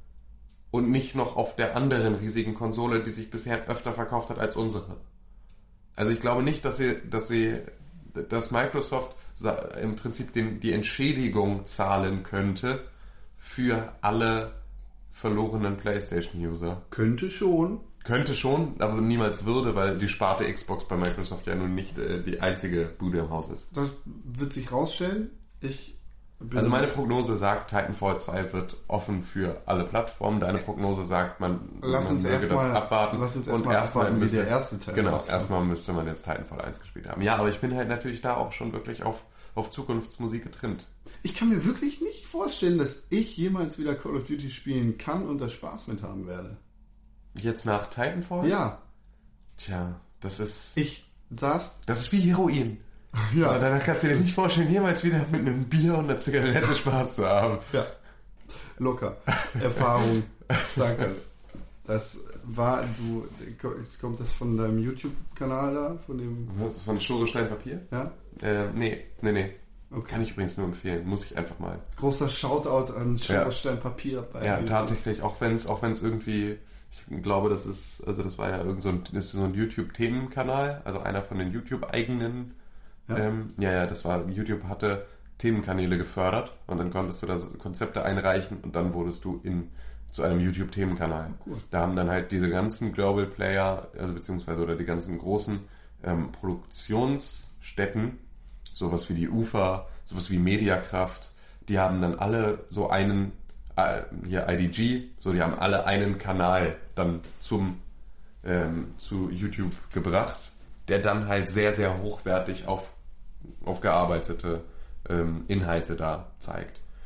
und nicht noch auf der anderen riesigen Konsole, die sich bisher öfter verkauft hat als unsere. Also ich glaube nicht, dass sie, dass sie, dass Microsoft im Prinzip den, die Entschädigung zahlen könnte für alle verlorenen PlayStation-User. Könnte schon. Könnte schon, aber niemals würde, weil die Sparte Xbox bei Microsoft ja nun nicht äh, die einzige Bude im Haus ist. Das wird sich rausstellen. Ich bin Also meine Prognose sagt, Titanfall zwei wird offen für alle Plattformen. Deine Prognose sagt, man, lass man uns möge erst das mal, abwarten. Lass uns und erstmal erstmal abwarten, wie müsste, der erste Teil Genau, rauskommt. erstmal müsste man jetzt Titanfall eins gespielt haben. Ja, aber ich bin halt natürlich da auch schon wirklich auf, auf Zukunftsmusik getrimmt. Ich kann mir wirklich nicht vorstellen, dass ich jemals wieder Call of Duty spielen kann und da Spaß mit haben werde. Jetzt nach Titanfall? Ja. Tja, das ist... Ich saß... Das ist wie Heroin. Ja. Aber danach kannst du dir nicht vorstellen, jemals wieder mit einem Bier und einer Zigarette Spaß zu haben. Ja. Locker. Erfahrung sagt das. Das war, du, kommt das von deinem YouTube-Kanal da? Von dem... Was, von Schere, Stein, Papier? Ja? Äh, nee, nee, nee. Okay. Kann ich übrigens nur empfehlen. Muss ich einfach mal. Großer Shoutout an Schere, Ja. Stein, Papier bei Ja, YouTube. tatsächlich, auch wenn es auch wenn es irgendwie, ich glaube, das ist, also das war ja irgend so ein, ist so ein YouTube-Themenkanal, also einer von den YouTube-eigenen, Ja. ähm, ja, ja, das war, YouTube hatte Themenkanäle gefördert und dann konntest du da so Konzepte einreichen und dann wurdest du in zu einem YouTube-Themenkanal. Cool. Da haben dann halt diese ganzen Global Player, also beziehungsweise oder die ganzen großen ähm, Produktionsstätten, sowas wie die U F A, sowas wie Mediakraft, die haben dann alle so einen, äh, hier I D G, so die haben alle einen Kanal dann zum ähm, zu YouTube gebracht, der dann halt sehr, sehr hochwertig auf, auf gearbeitete ähm, Inhalte da zeigt.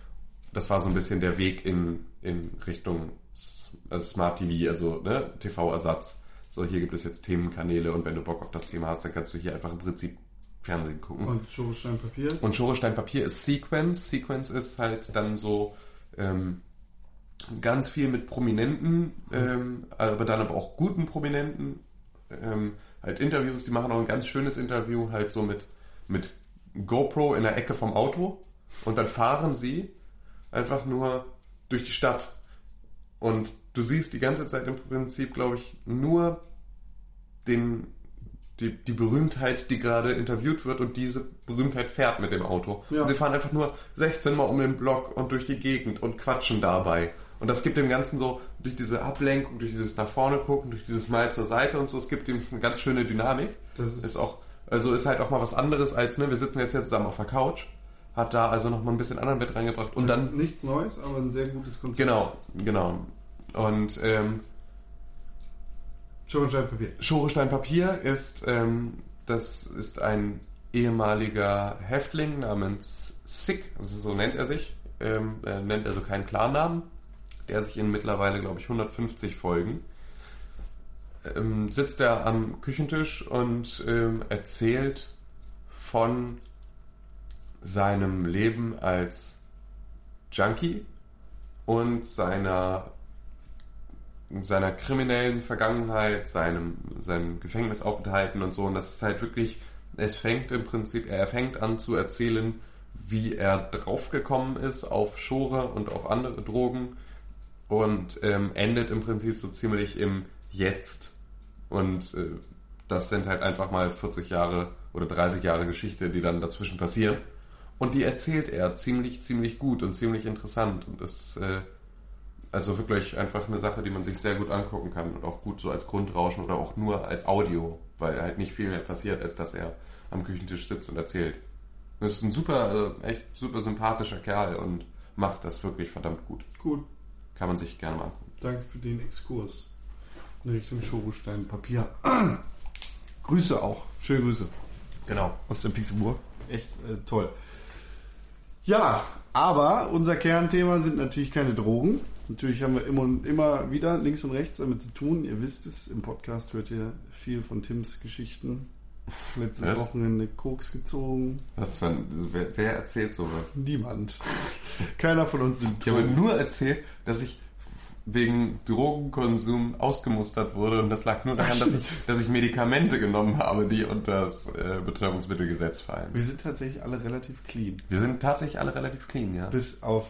das war so ein bisschen der Weg in, in Richtung also Smart T V, also ne, T V-Ersatz. So, hier gibt es jetzt Themenkanäle und wenn du Bock auf das Thema hast, dann kannst du hier einfach im Prinzip Fernsehen gucken. Und Schere, Stein, Papier? Und Schere, Stein, Papier ist Sequence. Sequence ist halt dann so ähm, ganz viel mit Prominenten, ähm, aber dann aber auch guten Prominenten. Ähm, halt Interviews, die machen auch ein ganz schönes Interview, halt so mit, mit GoPro in der Ecke vom Auto und dann fahren sie einfach nur durch die Stadt. Und du siehst die ganze Zeit im Prinzip, glaube ich, nur den, die, die Berühmtheit, die gerade interviewt wird und diese Berühmtheit fährt mit dem Auto. Ja. Und sie fahren einfach nur sechzehn Mal um den Block und durch die Gegend und quatschen dabei. Und das gibt dem Ganzen so, durch diese Ablenkung, durch dieses nach vorne gucken, durch dieses Mal zur Seite und so, es gibt ihm eine ganz schöne Dynamik. Das ist, ist auch, also ist halt auch mal was anderes als, ne, wir sitzen jetzt hier zusammen auf der Couch. Hat da also noch mal ein bisschen anderen Bett reingebracht. Und dann nichts Neues, aber ein sehr gutes Konzept. Genau, genau. Und ähm, Schere, Stein, Papier. Schere, Stein, Papier ist, ähm, das ist ein ehemaliger Häftling namens Sick, also so nennt er sich. Ähm, er nennt also keinen Klarnamen, der sich in mittlerweile, glaube ich, hundertfünfzig Folgen ähm, sitzt er am Küchentisch und ähm, erzählt von seinem Leben als Junkie und seiner seiner kriminellen Vergangenheit, seinem, seinem Gefängnisaufenthalten und so. Und das ist halt wirklich, es fängt im Prinzip, er fängt an zu erzählen, wie er draufgekommen ist auf Schere und auf andere Drogen und ähm, endet im Prinzip so ziemlich im Jetzt. Und äh, das sind halt einfach mal vierzig Jahre oder dreißig Jahre Geschichte, die dann dazwischen passieren. Und die erzählt er ziemlich, ziemlich gut und ziemlich interessant. Und das äh, also wirklich einfach eine Sache, die man sich sehr gut angucken kann und auch gut so als Grundrauschen oder auch nur als Audio, weil halt nicht viel mehr passiert, als dass er am Küchentisch sitzt und erzählt. Das ist ein super, also echt super sympathischer Kerl und macht das wirklich verdammt gut. Gut. Kann man sich gerne mal angucken. Danke für den Exkurs. In Richtung Schere, Stein, Papier. Grüße auch. Schöne Grüße. Genau. Aus der Pixelburg. Echt äh, toll. Ja, aber unser Kernthema sind natürlich keine Drogen. Natürlich haben wir immer und immer wieder links und rechts damit zu tun. Ihr wisst es, im Podcast hört ihr viel von Tims Geschichten. Letztes Was? Wochenende Koks gezogen. Was für ein, wer, wer erzählt sowas? Niemand. Keiner von uns sind Ich habe nur erzählt, dass ich wegen Drogenkonsum ausgemustert wurde und das lag nur daran, dass ich, dass ich Medikamente genommen habe, die unter das äh, Betäubungsmittelgesetz fallen. Wir sind tatsächlich alle relativ clean. Wir sind tatsächlich alle relativ clean, ja. Bis auf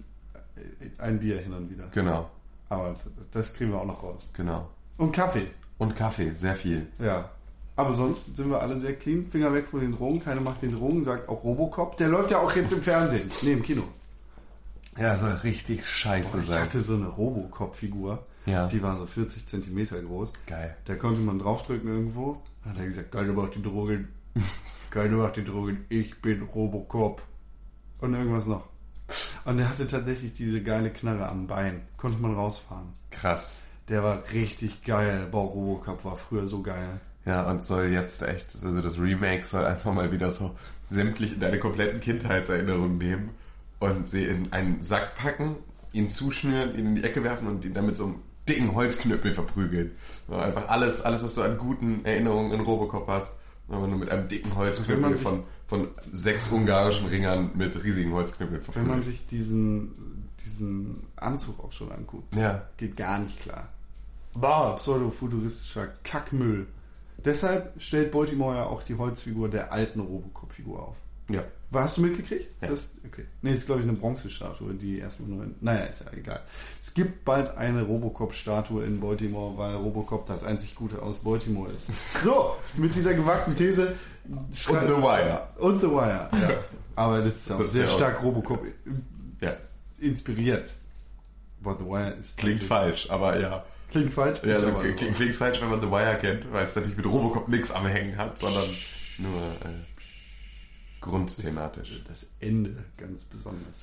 ein Bier hin und wieder. Genau, Aber das kriegen wir auch noch raus. genau. Und Kaffee. Und Kaffee, sehr viel. Ja. Aber sonst sind wir alle sehr clean. Finger weg von den Drogen. Keiner macht den Drogen, sagt auch Robocop. Der läuft ja auch jetzt im Fernsehen. Nee, im Kino. Ja, soll richtig scheiße Boah, ich sein. hatte so eine Robocop-Figur. Ja. Die war so vierzig Zentimeter groß. Geil. Da konnte man draufdrücken irgendwo. Dann hat er gesagt, keiner macht die Drogen. Keiner macht die Drogen. Ich bin Robocop. Und irgendwas noch. Und er hatte tatsächlich diese geile Knarre am Bein. Konnte man rausfahren. Krass. Der war richtig geil. Boah, Robocop war früher so geil. Ja, und soll jetzt echt, also das Remake soll einfach mal wieder so sämtlich deine kompletten Kindheitserinnerungen nehmen und sie in einen Sack packen, ihn zuschnüren, ihn in die Ecke werfen und ihn dann mit so einem dicken Holzknüppel verprügeln. So, einfach alles, alles, was du an guten Erinnerungen in Robocop hast, aber nur mit einem dicken Holzknüppel von, von sechs ungarischen Ringern mit riesigen Holzknüppeln verprügelt. Wenn man sich diesen, diesen Anzug auch schon anguckt, ja. geht gar nicht klar. Bah, pseudofuturistischer Kackmüll. Deshalb stellt Baltimore ja auch die Holzfigur der alten Robocop-Figur auf. Ja. Hast du mitgekriegt? Ja. Das, okay. Nee, ist glaube ich eine Bronzestatue, die erstmal nur in, naja, ist ja egal. Es gibt bald eine Robocop-Statue in Baltimore, weil Robocop das einzig Gute aus Baltimore ist. So, mit dieser gewagten These. Und The Wire. Und The Wire, ja. Aber das ist auch Das ist sehr ja auch- stark Robocop Ja. inspiriert. But The Wire ist... Klingt falsch, aber ja. Klingt falsch? Ja, ist also aber klingt, so. klingt falsch, wenn man The Wire kennt, weil es natürlich mit Robocop nichts am Hängen hat, sondern nur äh, grundthematisch. Das Ende ganz besonders.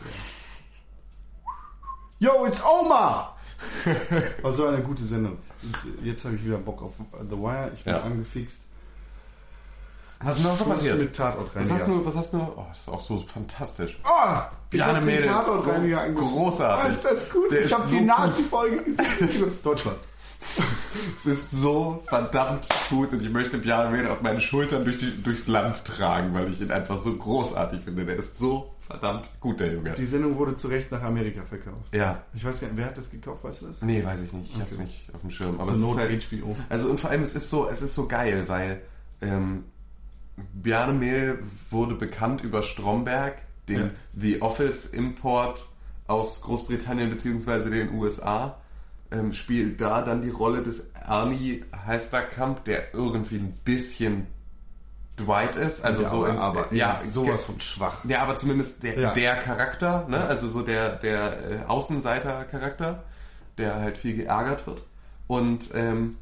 Ja. Yo, it's Oma! War so eine gute Sendung. Und jetzt habe ich wieder Bock auf The Wire. Ich bin Ja. angefixt. Was ist noch so Schluss passiert? mit Tatortreiniger. Was hast du, was hast du, oh, das ist auch so fantastisch. Oh, ich Bjarne hab den Mädel ist Tatortreiniger so angeguckt. großartig. Oh, ist das gut? Der Ich ist habe so die gut. Nazi-Folge gesehen. Deutschland. Es ist so verdammt gut und ich möchte Bjarne Mädel auf meine Schultern durch die, durchs Land tragen, weil ich ihn einfach so großartig finde. Der ist so verdammt gut, der Junge. Die Sendung wurde zu Recht nach Amerika verkauft. Ja. Ich weiß gar nicht, wer hat das gekauft, weißt du das? Nee, weiß ich nicht. Ich Okay. hab's nicht auf dem Schirm. Aber Zur es Not ist halt, H B O. also und vor allem es ist so, es ist so geil, weil ähm, Bjarne Mädel wurde bekannt über Stromberg, den Ja. The Office Import aus Großbritannien bzw. den U S A. Ähm, spielt da dann die Rolle des Ernie Heisterkamp, der irgendwie ein bisschen Dwight ist, also Ja, so aber, in, aber ja, sowas von schwach. ja, aber zumindest der, Ja. der Charakter, ne? Also so der, der äh, Außenseiter-Charakter, der halt viel geärgert wird. Und ähm,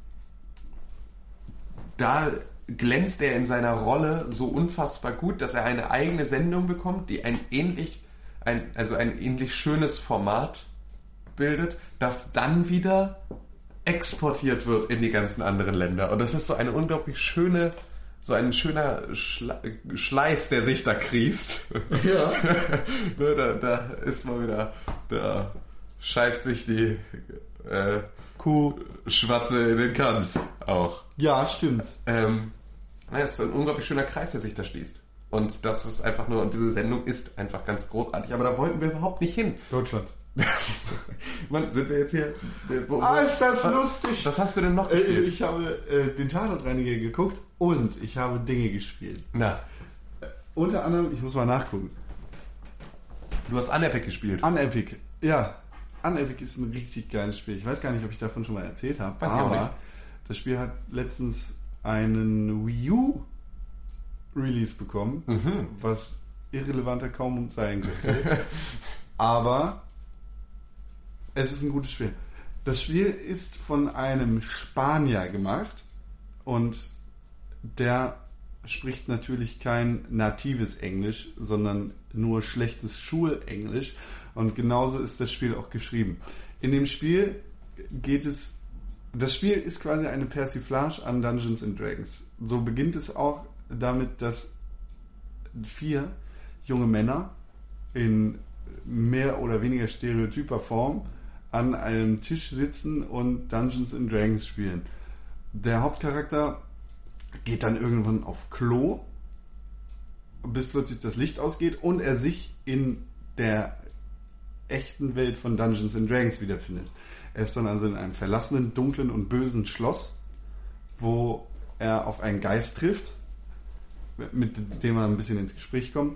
da glänzt er in seiner Rolle so unfassbar gut, dass er eine eigene Sendung bekommt, die ein ähnlich, ein, also ein ähnlich schönes Format bildet, das dann wieder exportiert wird in die ganzen anderen Länder. Und das ist so eine unglaublich schöne, so ein schöner Schla Schleiß, der sich da kriest. Ja. Ne, da, da ist mal wieder, da scheißt sich die äh, Kuh. Schwatze in den Kranz auch. Ja, stimmt. Ähm, es ist ein unglaublich schöner Kreis, der sich da schließt. Und das ist einfach nur, und diese Sendung ist einfach ganz großartig, aber da wollten wir überhaupt nicht hin. Deutschland. Mann, sind wir jetzt hier? Wo, wo, Ah, ist das was, lustig. Was hast du denn noch Äh, gespielt? ich habe äh, den Tatortreiniger geguckt und ich habe Dinge gespielt. Na, Unter anderem, ich muss mal nachgucken. du hast Unepic gespielt. Unepic. Ja, Unepic ist ein richtig geiles Spiel. Ich weiß gar nicht, ob ich davon schon mal erzählt habe, Weiß ich auch aber nicht. das Spiel hat letztens einen Wii U Release bekommen, Mhm. was irrelevanter kaum sein könnte. Aber es ist ein gutes Spiel. Das Spiel ist von einem Spanier gemacht und der spricht natürlich kein natives Englisch, sondern nur schlechtes Schulenglisch. Und genauso ist das Spiel auch geschrieben. In dem Spiel geht es, das Spiel ist quasi eine Persiflage an Dungeons and Dragons. So beginnt es auch damit, dass vier junge Männer in mehr oder weniger stereotyper Form an einem Tisch sitzen und Dungeons and Dragons spielen. Der Hauptcharakter geht dann irgendwann auf Klo, bis plötzlich das Licht ausgeht und er sich in der echten Welt von Dungeons and Dragons wiederfindet. Er ist dann also in einem verlassenen, dunklen und bösen Schloss, wo er auf einen Geist trifft, mit dem er ein bisschen ins Gespräch kommt.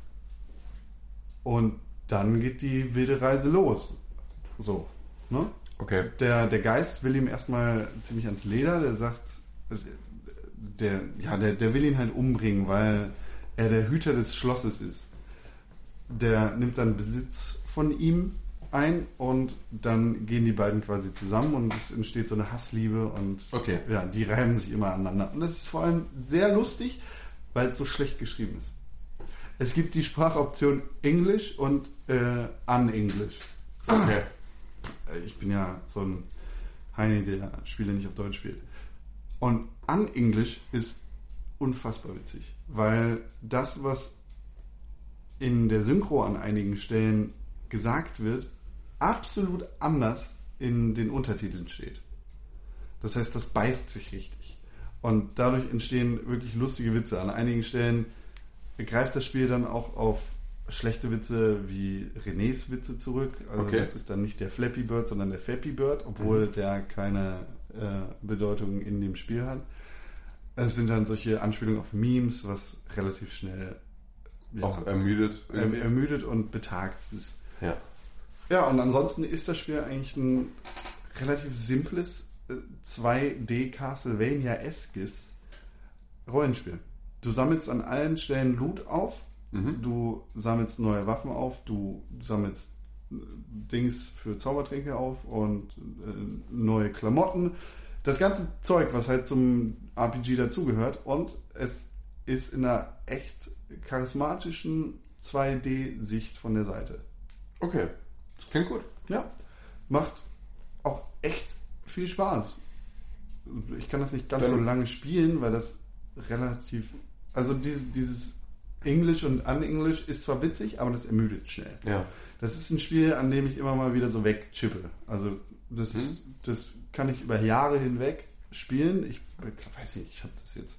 Und dann geht die wilde Reise los. So, ne? Okay. Der, der Geist will ihm erstmal ziemlich ans Leder. Der sagt, der, ja, der, der will ihn halt umbringen, weil er der Hüter des Schlosses ist. Der nimmt dann Besitz von ihm ein und dann gehen die beiden quasi zusammen und es entsteht so eine Hassliebe und Okay. ja, die reiben sich immer aneinander. Und das ist vor allem sehr lustig, weil es so schlecht geschrieben ist. Es gibt die Sprachoption Englisch und äh, Un-English. Okay. Ich bin ja so ein Heini, der Spiele nicht auf Deutsch spielt. Und Un-English ist unfassbar witzig, weil das, was in der Synchro an einigen Stellen gesagt wird, absolut anders in den Untertiteln steht. Das heißt, das beißt sich richtig. Und dadurch entstehen wirklich lustige Witze. An einigen Stellen greift das Spiel dann auch auf schlechte Witze wie Renés Witze zurück. Also Okay. das ist dann nicht der Flappy Bird, sondern der Fappy Bird, obwohl mhm. der keine äh, Bedeutung in dem Spiel hat. Es sind dann solche Anspielungen auf Memes, was relativ schnell ja, Auch ermüdet. erm- ermüdet und betagt ist. Ja. Ja, und ansonsten ist das Spiel eigentlich ein relativ simples äh, zwei D Castlevania-eskes Rollenspiel. Du sammelst an allen Stellen Loot auf, Mhm. du sammelst neue Waffen auf, du sammelst äh, Dings für Zaubertränke auf und äh, neue Klamotten. Das ganze Zeug, was halt zum R P G dazugehört. Und es ist in einer echt charismatischen zwei D-Sicht von der Seite. Okay. Das klingt gut. Ja, macht auch echt viel Spaß. Ich kann das nicht ganz Dann- so lange spielen, weil das relativ also dieses, dieses Englisch und Un-English ist zwar witzig, aber das ermüdet schnell. Ja. Das ist ein Spiel, an dem ich immer mal wieder so wegchippe. Also das, Mhm. ist, das kann ich über Jahre hinweg spielen. Ich weiß nicht, ich habe das jetzt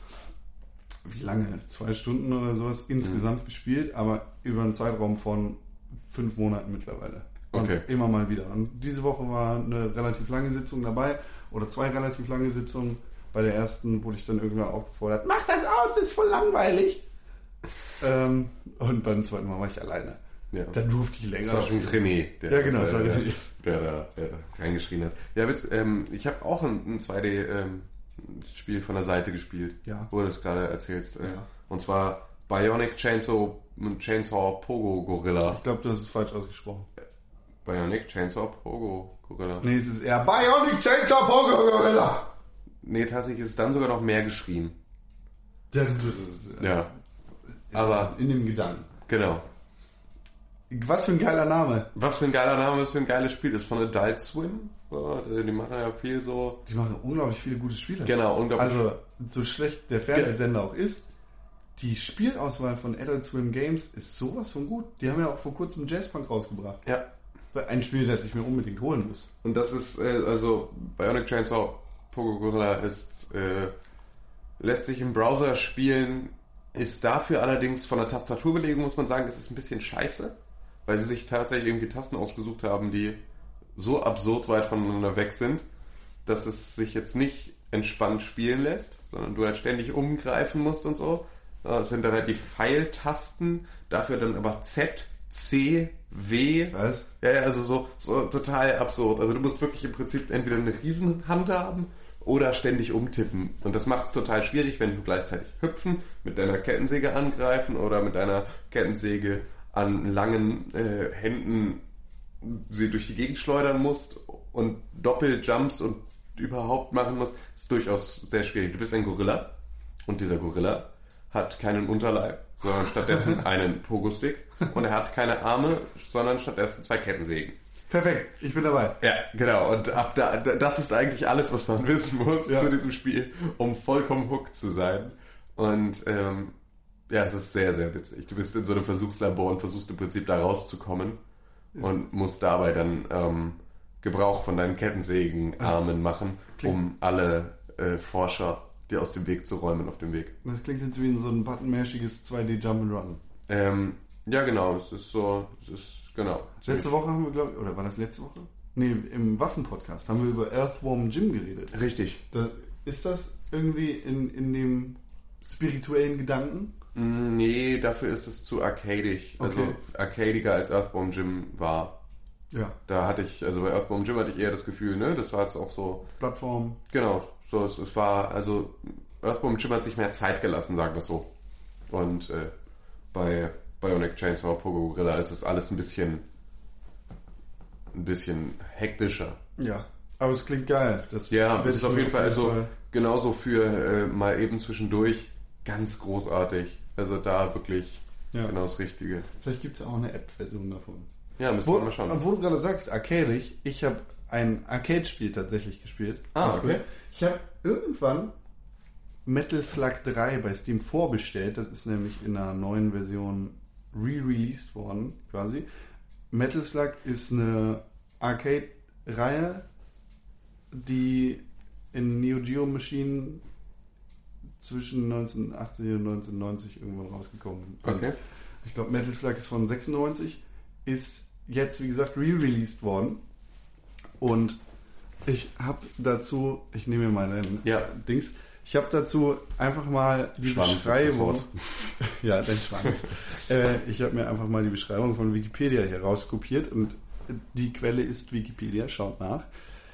wie lange? Zwei Stunden oder sowas insgesamt mhm. gespielt, aber über einen Zeitraum von fünf Monaten mittlerweile. Und okay. immer mal wieder. Und diese Woche war eine relativ lange Sitzung dabei oder zwei relativ lange Sitzungen. Bei der ersten wurde ich dann irgendwann aufgefordert, mach das aus, das ist voll langweilig. ähm, und beim zweiten Mal war ich alleine. Ja. Dann durfte ich länger. Das war schon René. Der, ja, genau, das war der, René. Der da der, der reingeschrien hat. Ja, Witz, ähm, ich habe auch ein, ein zwei D-Spiel ähm, von der Seite gespielt, ja. wo du das gerade erzählst. Äh, ja. Und zwar Bionic Chainsaw, Chainsaw Pogo Gorilla. Ich glaube, du hast es falsch ausgesprochen. Bionic Chainsaw Pogo Gorilla. Nee, es ist eher Bionic Chainsaw Pogo Gorilla. Nee, tatsächlich ist es dann sogar noch mehr geschrien. Das ist, das ist, ja. Ist aber in dem Gedanken. Genau. Was für ein geiler Name. Was für ein geiler Name, was für ein geiles Spiel. Das ist von Adult Swim. Die machen ja viel so... Die machen unglaublich viele gute Spiele. Genau, unglaublich. Also, so schlecht der Fernsehsender auch ist, die Spielauswahl von Adult Swim Games ist sowas von gut. Die haben ja auch vor kurzem Jazzpunk rausgebracht. Ja. Ein Spiel, das ich mir unbedingt holen muss. Und das ist, äh, also, Bionic Chainsaw Pogo Gorilla ist, äh, lässt sich im Browser spielen, ist dafür allerdings von der Tastaturbelegung, muss man sagen, das ist ein bisschen scheiße. Weil sie sich tatsächlich irgendwie Tasten ausgesucht haben, die so absurd weit voneinander weg sind, dass es sich jetzt nicht entspannt spielen lässt, sondern du halt ständig umgreifen musst und so. Das sind dann halt die Pfeiltasten, dafür dann aber Z, C, W. Was? Ja, also so, so total absurd. Also du musst wirklich im Prinzip entweder eine Riesenhand haben oder ständig umtippen. Und das macht es total schwierig, wenn du gleichzeitig hüpfen, mit deiner Kettensäge angreifen oder mit deiner Kettensäge an langen äh, Händen sie durch die Gegend schleudern musst und Doppeljumps und überhaupt machen musst, ist durchaus sehr schwierig. Du bist ein Gorilla und dieser Gorilla hat keinen Unterleib, sondern stattdessen einen Pogo-Stick und er hat keine Arme, sondern stattdessen zwei Kettensägen. Perfekt, ich bin dabei. Ja, genau. Und ab da, das ist eigentlich alles, was man wissen muss ja. zu diesem Spiel, um vollkommen hooked zu sein. Und ähm, ja, es ist sehr, sehr witzig. Du bist in so einem Versuchslabor und versuchst im Prinzip da rauszukommen ist und musst dabei dann ähm, Gebrauch von deinen Kettensägenarmen machen, um alle äh, Forscher dir aus dem Weg zu räumen auf dem Weg. Das klingt jetzt wie so ein buttonmäßiges zwei D Jump'n'Run. Ähm, ja, genau. Es ist so, es ist, genau. Letzte Woche haben wir, glaube ich, oder war das letzte Woche? Nee, im Waffen-Podcast haben wir über Earthworm Jim geredet. Richtig. Da, ist das irgendwie in, in dem spirituellen Gedanken? Nee, dafür ist es zu arcadig. Okay. Also arcadiger als Earthworm Jim war. Ja. Da hatte ich, also bei Earthworm Jim hatte ich eher das Gefühl, ne, das war jetzt auch so... Plattform. Genau, so, es, es war, also Earthworm Jim hat sich mehr Zeit gelassen, sagen wir es so. Und äh, bei Bionic Chainsaw Pogo Gorilla ist es alles ein bisschen, ein bisschen hektischer. Ja, aber es klingt geil. Das ja, das ist auf jeden Fall, also Fall. genauso für äh, mal eben zwischendurch ganz großartig. Also da wirklich ja. genau das Richtige. Vielleicht gibt es auch eine App-Version davon. Ja, müssen wo, wir mal schauen. Wo du gerade sagst, arcadisch, ich habe ein Arcade-Spiel tatsächlich gespielt. Ah, okay. Ich habe irgendwann Metal Slug drei bei Steam vorbestellt. Das ist nämlich in einer neuen Version re-released worden, quasi. Metal Slug ist eine Arcade-Reihe, die in Neo Geo Machine zwischen neunzehnhundertachtzig und neunzehnhundertneunzig irgendwann rausgekommen sind. Okay. Ich glaube, Metal Slug ist von sechsundneunzig, ist jetzt, wie gesagt, re-released worden. Und ich habe dazu, ich nehme mir meine ja. Dings, ich habe dazu einfach mal die Schwanz Beschreibung. Ja, dein Schwanz. äh, ich habe mir einfach mal die Beschreibung von Wikipedia hier rauskopiert und die Quelle ist Wikipedia, schaut nach.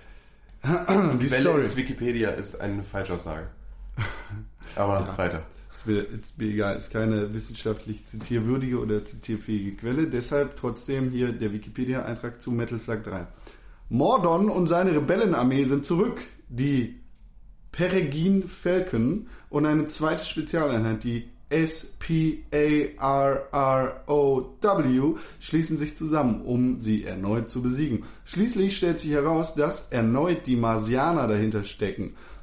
Die, die Quelle Story. ist Wikipedia, ist eine Falschaussage. Aber ja. weiter. Ist mir, ist mir egal, ist keine wissenschaftlich zitierwürdige oder zitierfähige Quelle, deshalb trotzdem hier der Wikipedia-Eintrag zu Metal Slug drei. Mordon und seine Rebellenarmee sind zurück. Die Peregrine Falcon und eine zweite Spezialeinheit, die S P A R R O W, schließen sich zusammen, um sie erneut zu besiegen. Schließlich stellt sich heraus, dass erneut die Marsianer dahinter stecken.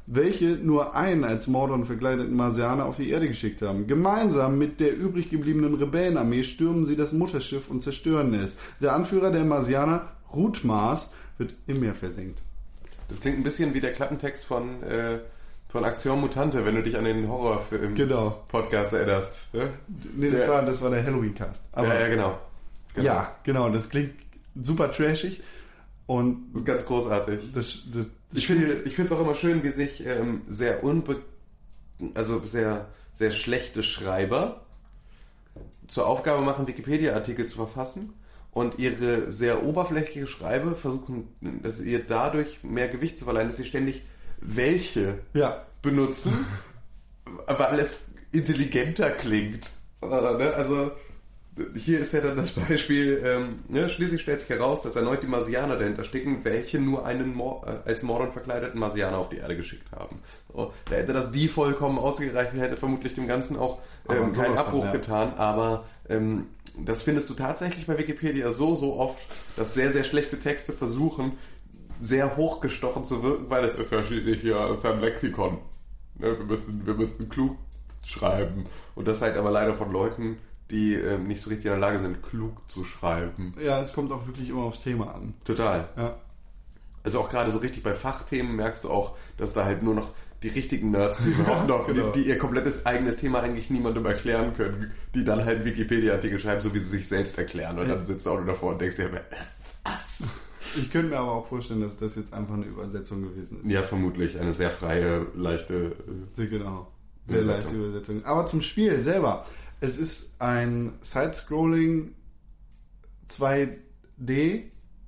welche nur einen als Mordor verkleideten Marsianer auf die Erde geschickt haben. Gemeinsam mit der übrig gebliebenen Rebellenarmee stürmen sie das Mutterschiff und zerstören es. Der Anführer der Marsianer, Rutmars, wird im Meer versenkt. Das klingt ein bisschen wie der Klappentext von, äh, von Axiom Mutante, wenn du dich an den Horrorfilm-Podcast Genau. erinnerst. Ne? Nee, das, der, war, das war der Halloween-Cast. Aber ja, ja, genau. genau. Ja, genau. Das klingt super trashig. Und das ist ganz großartig. Das, das, ich finde es auch immer schön, wie sich ähm, sehr unbe also sehr, sehr schlechte Schreiber zur Aufgabe machen, Wikipedia-Artikel zu verfassen und ihre sehr oberflächliche Schreibe versuchen, dass ihr dadurch mehr Gewicht zu verleihen, dass sie ständig welche ja. benutzen, weil es intelligenter klingt. Also hier ist ja dann das Beispiel, ähm, ne, schließlich stellt sich heraus, dass erneut die Marsianer dahinter stecken, welche nur einen Mor äh, als Mordor verkleideten Marsianer auf die Erde geschickt haben. So, da hätte das die vollkommen ausgereicht, hätte vermutlich dem Ganzen auch ähm, keinen Abbruch von, ja. getan, aber ähm, das findest du tatsächlich bei Wikipedia so, so oft, dass sehr, sehr schlechte Texte versuchen, sehr hochgestochen zu wirken, weil es ist ja schließlich hier vom Lexikon. Ne, wir müssen, wir müssen klug schreiben. Und das halt aber leider von Leuten, die ähm, nicht so richtig in der Lage sind, klug zu schreiben. Ja, es kommt auch wirklich immer aufs Thema an. Total. Ja. Also auch gerade so richtig bei Fachthemen merkst du auch, dass da halt nur noch die richtigen Nerds, die überhaupt noch, genau. die, die ihr komplettes eigenes Thema eigentlich niemandem erklären können, die dann halt Wikipedia-Artikel schreiben, so wie sie sich selbst erklären. Und dann sitzt du auch nur davor und denkst dir, was? Ich könnte mir aber auch vorstellen, dass das jetzt einfach eine Übersetzung gewesen ist. Ja, vermutlich. Eine sehr freie, leichte... Äh, genau. Sehr Übersetzung. leichte Übersetzung. Aber zum Spiel selber. Es ist ein Side-Scrolling zwei D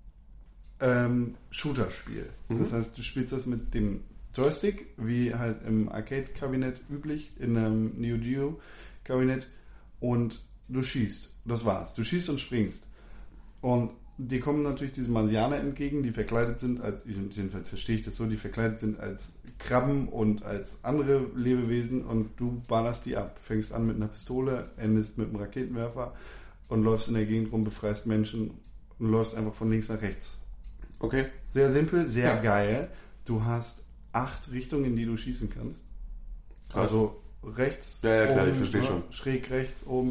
ähm, Shooter-Spiel. Mhm. Das heißt, du spielst das mit dem Joystick, wie halt im Arcade-Kabinett üblich, in einem Neo Geo-Kabinett, und du schießt. Das war's. Du schießt und springst. Und die kommen natürlich diesen Marsianer entgegen, die verkleidet sind als, jedenfalls verstehe ich das so, die verkleidet sind als Krabben und als andere Lebewesen, und du ballerst die ab. Fängst an mit einer Pistole, endest mit einem Raketenwerfer und läufst in der Gegend rum, befreist Menschen und läufst einfach von links nach rechts. Okay. Sehr simpel, sehr ja. geil. Du hast acht Richtungen, in die du schießen kannst. Krass. Also rechts, ja, ja, klar, oben, ich verstehe ja, schon. Schräg rechts, oben.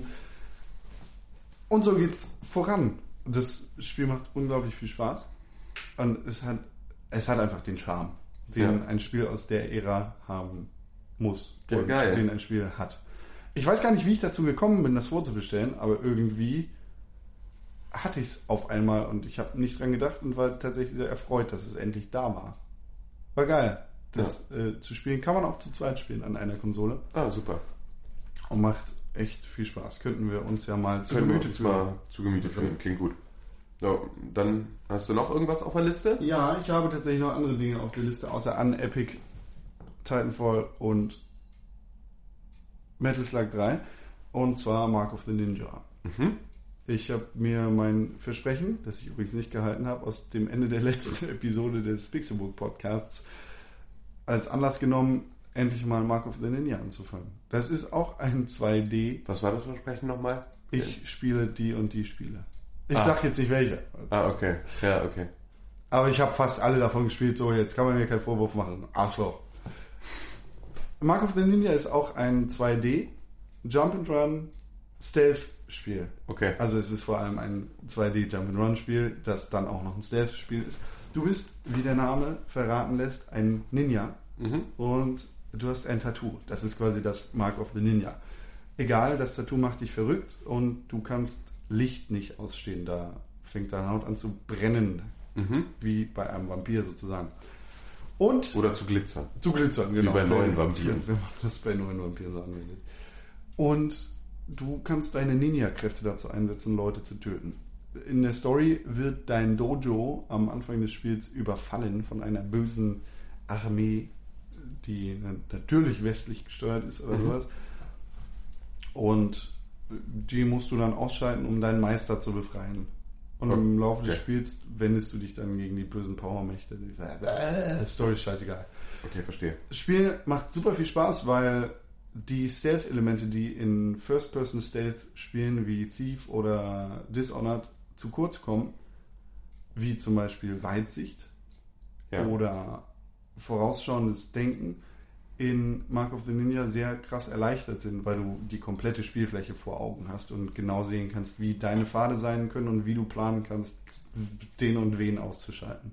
Und so geht's voran. Das Spiel macht unglaublich viel Spaß. Und es hat, es hat einfach den Charme, den ja. ein Spiel aus der Ära haben muss. Ja, und geil. Den ein Spiel hat. Ich weiß gar nicht, wie ich dazu gekommen bin, das vorzubestellen, aber irgendwie hatte ich es auf einmal und ich habe nicht dran gedacht und war tatsächlich sehr erfreut, dass es endlich da war. War geil, das ja. äh, zu spielen. Kann man auch zu zweit spielen an einer Konsole. Ah, super. Und macht echt viel Spaß. Könnten wir uns ja mal zu Gemüte führen. Zu Gemüte führen, klingt gut. So, dann hast du noch irgendwas auf der Liste? Ja, ich habe tatsächlich noch andere Dinge auf der Liste, außer Unepic, Titanfall und Metal Slug drei. Und zwar Mark of the Ninja. Mhm. Ich habe mir mein Versprechen, das ich übrigens nicht gehalten habe, aus dem Ende der letzten Episode des Pixelbook Podcasts als Anlass genommen, endlich mal Mark of the Ninja anzufangen. Das ist auch ein zwei D. Was war das Versprechen nochmal? Ich spiele die und die Spiele. Ich ah. sag jetzt nicht welche. Ah, okay. Ja, okay. Aber ich habe fast alle davon gespielt, so jetzt kann man mir keinen Vorwurf machen. Arschloch. Mark of the Ninja ist auch ein zwei D Jump and Run Stealth Spiel. Okay. Also es ist vor allem ein zwei D Jump and Run Spiel, das dann auch noch ein Stealth Spiel ist. Du bist, wie der Name verraten lässt, ein Ninja. Mhm. Und du hast ein Tattoo. Das ist quasi das Mark of the Ninja. Egal, das Tattoo macht dich verrückt und du kannst Licht nicht ausstehen. Da fängt deine Haut an zu brennen. Mhm. Wie bei einem Vampir sozusagen. Und Oder zu glitzern. Zu glitzern, genau. Wie bei neuen Vampiren. Wenn man das bei neuen Vampiren so anwendet. Und du kannst deine Ninja-Kräfte dazu einsetzen, Leute zu töten. In der Story wird dein Dojo am Anfang des Spiels überfallen von einer bösen Armee, die natürlich westlich gesteuert ist oder mhm. sowas. Und die musst du dann ausschalten, um deinen Meister zu befreien. Und okay. im Laufe des Spiels wendest du dich dann gegen die bösen Powermächte. Die Story ist scheißegal. Okay, verstehe. Das Spiel macht super viel Spaß, weil die Stealth-Elemente, die in First-Person-Stealth-Spielen wie Thief oder Dishonored zu kurz kommen, wie zum Beispiel Weitsicht ja. oder vorausschauendes Denken in Mark of the Ninja sehr krass erleichtert sind, weil du die komplette Spielfläche vor Augen hast und genau sehen kannst, wie deine Pfade sein können und wie du planen kannst, den und wen auszuschalten.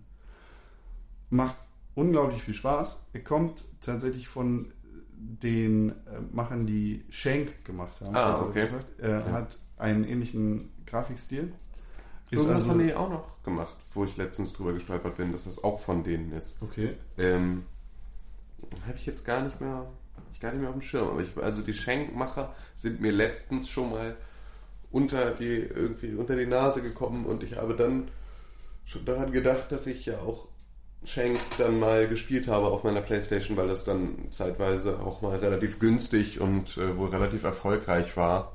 Macht unglaublich viel Spaß. Er kommt tatsächlich von den äh, Machern, die Shank gemacht haben. Ah, also okay. gesagt. Er ja. hat einen ähnlichen Grafikstil. Ist Irgendwas also, haben die auch noch gemacht, wo ich letztens drüber gestolpert bin, dass das auch von denen ist. Okay. Ähm, habe ich jetzt gar nicht mehr, ich gar nicht mehr auf dem Schirm. Aber ich, also die Shank-Macher sind mir letztens schon mal unter die irgendwie unter die Nase gekommen und ich habe dann schon daran gedacht, dass ich ja auch Shank dann mal gespielt habe auf meiner PlayStation, weil das dann zeitweise auch mal relativ günstig und äh, wohl relativ erfolgreich war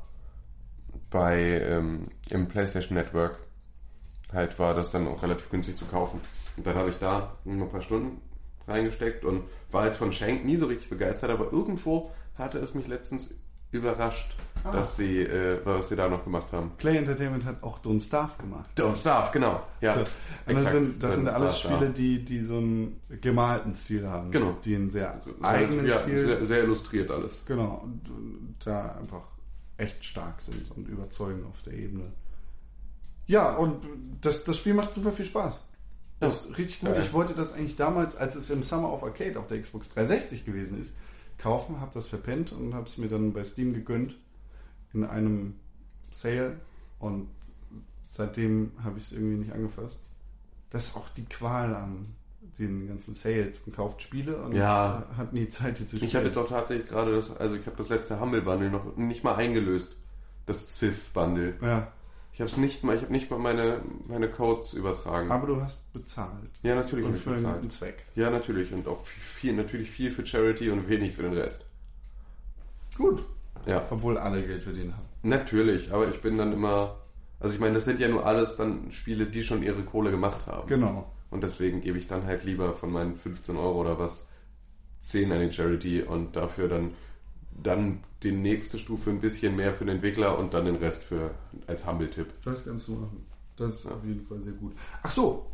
bei ähm, im PlayStation Network. Halt war das dann auch relativ günstig zu kaufen. Und dann habe ich da ein paar Stunden reingesteckt und war jetzt von Shank nie so richtig begeistert, aber irgendwo hatte es mich letztens überrascht, ah. dass sie, äh, was sie da noch gemacht haben. Clay Entertainment hat auch Don't Starve gemacht. Don't Starve, genau. Ja, so. Und das sind, das sind alles Spiele, die, die so einen gemalten Stil haben. Genau. Die einen sehr eigenen ja, Stil. Sehr, sehr illustriert alles. Genau. Und, und da einfach echt stark sind und überzeugen auf der Ebene. Ja, und das, das Spiel macht super viel Spaß. Das ist richtig gut. Geil. Ich wollte das eigentlich damals, als es im Summer of Arcade auf der Xbox dreihundertsechzig gewesen ist, kaufen, habe das verpennt und habe es mir dann bei Steam gegönnt in einem Sale und seitdem habe ich es irgendwie nicht angefasst. Das ist auch die Qual an den ganzen Sales und kauft Spiele und ja. hat nie Zeit, die zu spielen. Ich habe jetzt auch tatsächlich gerade das, also ich habe das letzte Humble Bundle noch nicht mal eingelöst, das Civ Bundle. Ja. Ich habe es nicht mal, ich habe nicht mal meine, meine Codes übertragen. Aber du hast bezahlt. Ja, natürlich und habe ich für bezahlt. einen guten Zweck. Ja, natürlich. Und auch viel, natürlich viel für Charity und wenig für den Rest. Gut. Ja. Obwohl alle Geld verdient haben. Natürlich, aber ich bin dann immer, also ich meine, das sind ja nur alles dann Spiele, die schon ihre Kohle gemacht haben. Genau. Und deswegen gebe ich dann halt lieber von meinen fünfzehn Euro oder was zehn an die Charity und dafür dann dann die nächste Stufe ein bisschen mehr für den Entwickler und dann den Rest für als Humble-Tipp. Das kannst du machen. Das ist auf jeden Fall sehr gut. Ach so.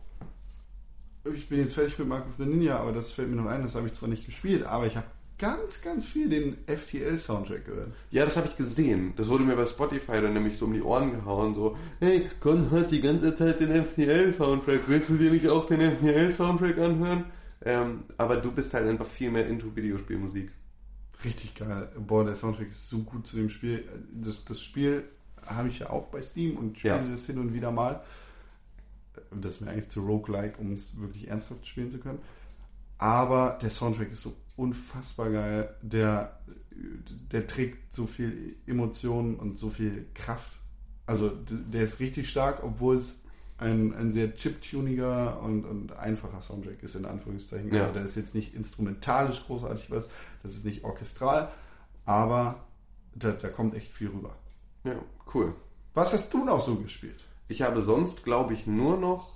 Ich bin jetzt fertig mit Mark of the Ninja, aber das fällt mir noch ein, das habe ich zwar nicht gespielt, aber ich habe ganz, ganz viel den F T L-Soundtrack gehört. Ja, das habe ich gesehen. Das wurde mir bei Spotify dann nämlich so um die Ohren gehauen, so, hey, Con hört die ganze Zeit den F T L-Soundtrack, willst du dir nicht auch den F T L-Soundtrack anhören? Ähm, aber du bist halt einfach viel mehr into Videospielmusik. Richtig geil. Boah, der Soundtrack ist so gut zu dem Spiel. Das, das Spiel habe ich ja auch bei Steam und spiele ja. das hin und wieder mal. Das ist mir eigentlich zu roguelike, um es wirklich ernsthaft spielen zu können. Aber der Soundtrack ist so unfassbar geil. Der, der trägt so viel Emotionen und so viel Kraft. Also der ist richtig stark, obwohl es ein, ein sehr chiptuniger und, und einfacher Soundtrack ist, in Anführungszeichen. Ja. Also der ist jetzt nicht instrumentalisch großartig was, das ist nicht orchestral, aber da, da kommt echt viel rüber. Ja, cool. Was hast du noch so gespielt? Ich habe sonst, glaube ich, nur noch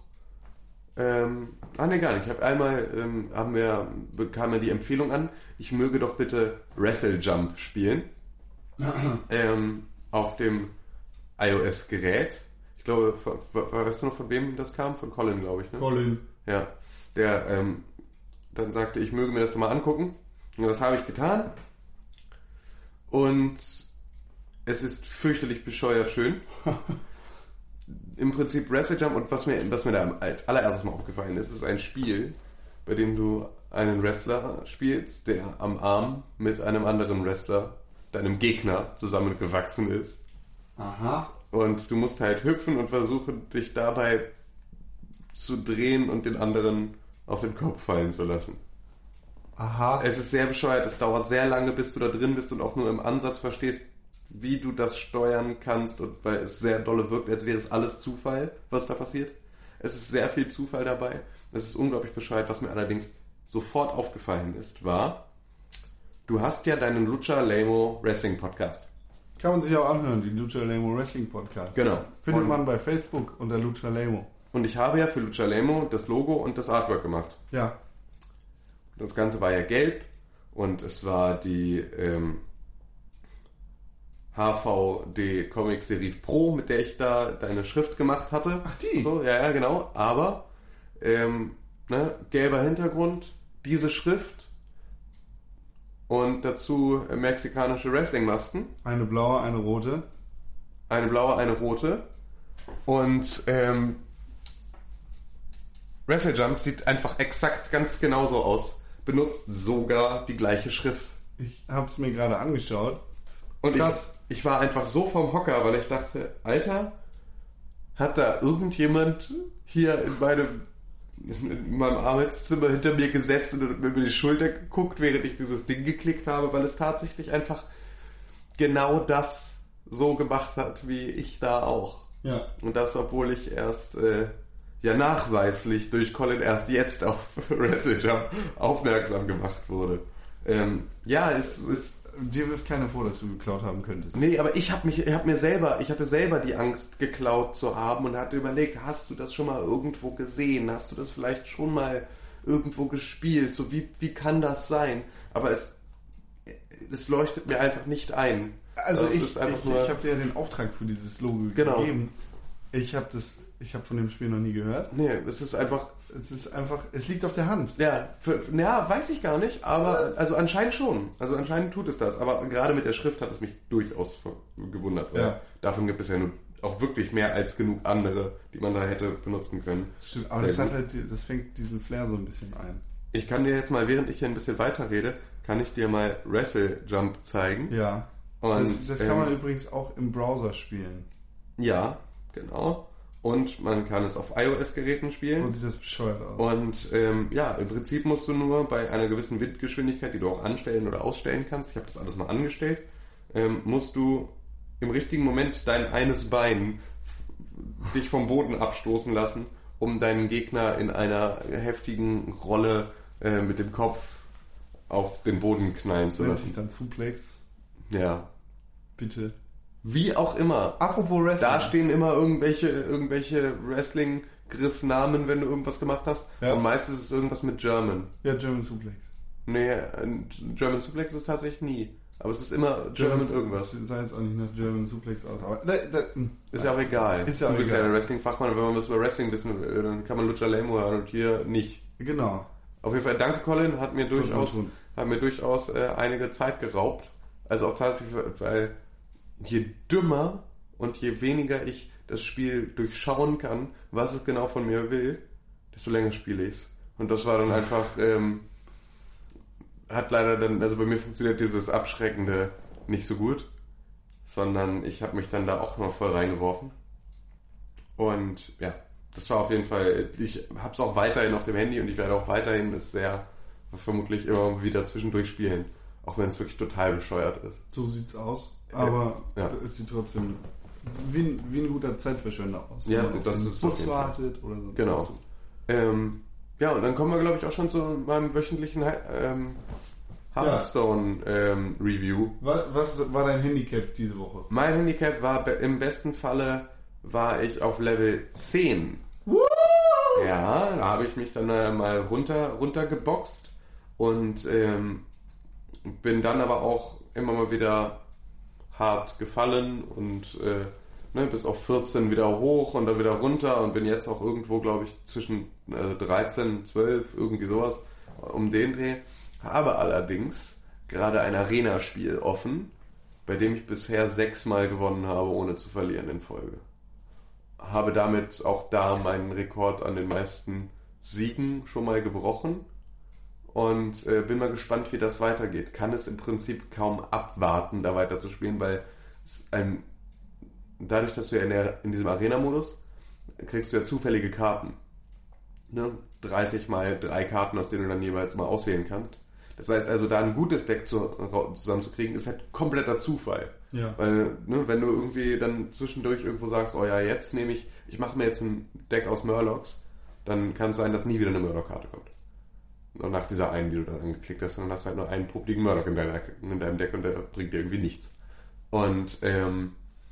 ähm, ah ne, gar nicht. Ich habe einmal, ähm, haben wir, bekam mir die Empfehlung an, ich möge doch bitte Wrestle Jump spielen. ähm, auf dem iOS-Gerät. Ich glaube, weißt du noch, von wem das kam? Von Colin, glaube ich, ne? Colin. Ja. Der ähm, dann sagte, ich möge mir das mal angucken. Und das habe ich getan. Und es ist fürchterlich bescheuert schön. Im Prinzip Wrestle Jump, und was mir, was mir da als allererstes mal aufgefallen ist, ist ein Spiel, bei dem du einen Wrestler spielst, der am Arm mit einem anderen Wrestler, deinem Gegner, zusammengewachsen ist. Aha. Und du musst halt hüpfen und versuchen, dich dabei zu drehen und den anderen auf den Kopf fallen zu lassen. Aha. Es ist sehr bescheuert, es dauert sehr lange, bis du da drin bist und auch nur im Ansatz verstehst, wie du das steuern kannst, und weil es sehr dolle wirkt, als wäre es alles Zufall, was da passiert. Es ist sehr viel Zufall dabei. Es ist unglaublich bescheuert. Was mir allerdings sofort aufgefallen ist, war, du hast ja deinen Lucha Lemo Wrestling Podcast. Kann man sich auch anhören, die Lucha Lemo Wrestling Podcast. Genau. Findet und, man bei Facebook unter Lucha Lemo. Und ich habe ja für Lucha Lemo das Logo und das Artwork gemacht. Ja. Das Ganze war ja gelb und es war die ähm, H V D Comic Serif Pro, mit der ich da deine Schrift gemacht hatte. Ach die? So, ja, ja, genau. Aber ähm, ne, gelber Hintergrund, diese Schrift und dazu mexikanische Wrestling-Masken. Eine blaue, eine rote. Eine blaue, eine rote. Und ähm, WrestleJump sieht einfach exakt ganz genauso aus. Benutzt sogar die gleiche Schrift. Ich habe es mir gerade angeschaut. Und ich, Krass. ich war einfach so vom Hocker, weil ich dachte, Alter, hat da irgendjemand hier in meinem, in meinem Arbeitszimmer hinter mir gesessen und mir über die Schulter geguckt, während ich dieses Ding geklickt habe, weil es tatsächlich einfach genau das so gemacht hat, wie ich da auch. Ja. Und das, obwohl ich erst, äh, ja nachweislich durch Colin erst jetzt auf WrestleJump aufmerksam gemacht wurde. Ähm, ja, es ist... Dir wirft keiner vor, dass du geklaut haben könntest. Nee, aber ich habe mich, ich habe mir selber, ich hatte selber die Angst, geklaut zu haben und hatte überlegt, hast du das schon mal irgendwo gesehen? Hast du das vielleicht schon mal irgendwo gespielt? So, wie, wie kann das sein? Aber es, es leuchtet mir einfach nicht ein. Also es ich, ist einfach ich, nur, ich habe dir ja den Auftrag für dieses Logo Genau. gegeben. Ich habe das, ich habe von dem Spiel noch nie gehört. nee, es ist einfach, Es ist einfach, es liegt auf der Hand. ja, für, ja, weiß ich gar nicht, aber, also anscheinend schon. Also anscheinend tut es das, aber gerade mit der Schrift hat es mich durchaus ver- gewundert, weil Ja. davon gibt es ja nur auch wirklich mehr als genug andere, die man da hätte benutzen können. Stimmt, aber Sehr das hat gut. halt, die- das fängt diesen Flair so ein bisschen ein. Ich kann dir jetzt mal, während ich hier ein bisschen weiterrede, kann ich dir mal WrestleJump zeigen. Ja. Und, das das kann ähm, man übrigens auch im Browser spielen. Ja, genau. Und man kann es auf iOS-Geräten Wo spielen. sieht das bescheuert aus? Und ähm, ja, im Prinzip musst du nur bei einer gewissen Windgeschwindigkeit, die du auch anstellen oder ausstellen kannst, ich habe das alles mal angestellt, ähm, musst du im richtigen Moment dein eines Bein f- dich vom Boden abstoßen lassen, um deinen Gegner in einer heftigen Rolle äh, mit dem Kopf auf den Boden knallen zu Nennt sich lassen. dann Suplex. Ja. Bitte. Wie auch immer. Apropos Wrestling. Da stehen immer irgendwelche, irgendwelche Wrestling-Griffnamen, wenn du irgendwas gemacht hast. Ja. Und meistens ist es irgendwas mit German. Ja, German Suplex. Nee, ein German Suplex ist es tatsächlich nie. Aber es ist immer German, irgendwas. Das sah jetzt auch nicht nach German Suplex aus. Aber da, da, Ist ja auch egal. Ist ja auch du bist egal. ja der Wrestling-Fachmann und wenn man was über Wrestling wissen will, dann kann man Lucha Lemo hören und hier nicht. Genau. Auf jeden Fall, danke Colin, hat mir Tut durchaus, mir gut. hat mir durchaus äh, einige Zeit geraubt. Also auch tatsächlich, weil je dümmer und je weniger ich das Spiel durchschauen kann, was es genau von mir will, desto länger spiele ich es. Und das war dann einfach, ähm, hat leider dann, also bei mir funktioniert dieses Abschreckende nicht so gut, sondern ich habe mich dann da auch noch voll reingeworfen. Und ja, das war auf jeden Fall, ich habe es auch weiterhin auf dem Handy und ich werde auch weiterhin es sehr vermutlich immer wieder zwischendurch spielen. Auch wenn es wirklich total bescheuert ist. So sieht's aus. Aber Ja. es sieht trotzdem wie ein, wie ein guter Zeitverschwender aus. Ja, wenn man auf das den ist auf Bus jeden Fall. wartet oder so. Genau. Ähm, ja, und dann kommen wir, glaube ich, auch schon zu meinem wöchentlichen ähm, Hearthstone ähm, Review. Was, was war dein Handicap diese Woche? Mein Handicap war be- im besten Falle war ich auf Level zehn. Woo! Ja, da habe ich mich dann äh, mal runter runtergeboxt und ähm, bin dann aber auch immer mal wieder hart gefallen und äh, ne, bis auf vierzehn wieder hoch und dann wieder runter und bin jetzt auch irgendwo, glaube ich, zwischen äh, dreizehn, zwölf, irgendwie sowas um den Dreh. Habe allerdings gerade ein Arena-Spiel offen, bei dem ich bisher sechsmal gewonnen habe, ohne zu verlieren in Folge. Habe damit auch da meinen Rekord an den meisten Siegen schon mal gebrochen und äh, bin mal gespannt, wie das weitergeht. Kann es im Prinzip kaum abwarten, da weiter zu spielen, weil es ein, dadurch, dass du ja in, der, in diesem Arena-Modus kriegst du ja zufällige Karten. Ne? dreißig mal drei Karten, aus denen du dann jeweils mal auswählen kannst. Das heißt also, da ein gutes Deck zu, zusammenzukriegen, ist halt kompletter Zufall. Ja. Weil, ne, wenn du irgendwie dann zwischendurch irgendwo sagst, oh ja, jetzt nehme ich, ich mache mir jetzt ein Deck aus Murlocs, dann kann es sein, dass nie wieder eine Murloc-Karte kommt. Und nach dieser einen, die du dann angeklickt hast, dann hast du halt nur einen publiken Murloc in, deiner, in deinem Deck und der bringt dir irgendwie nichts. Und ähm,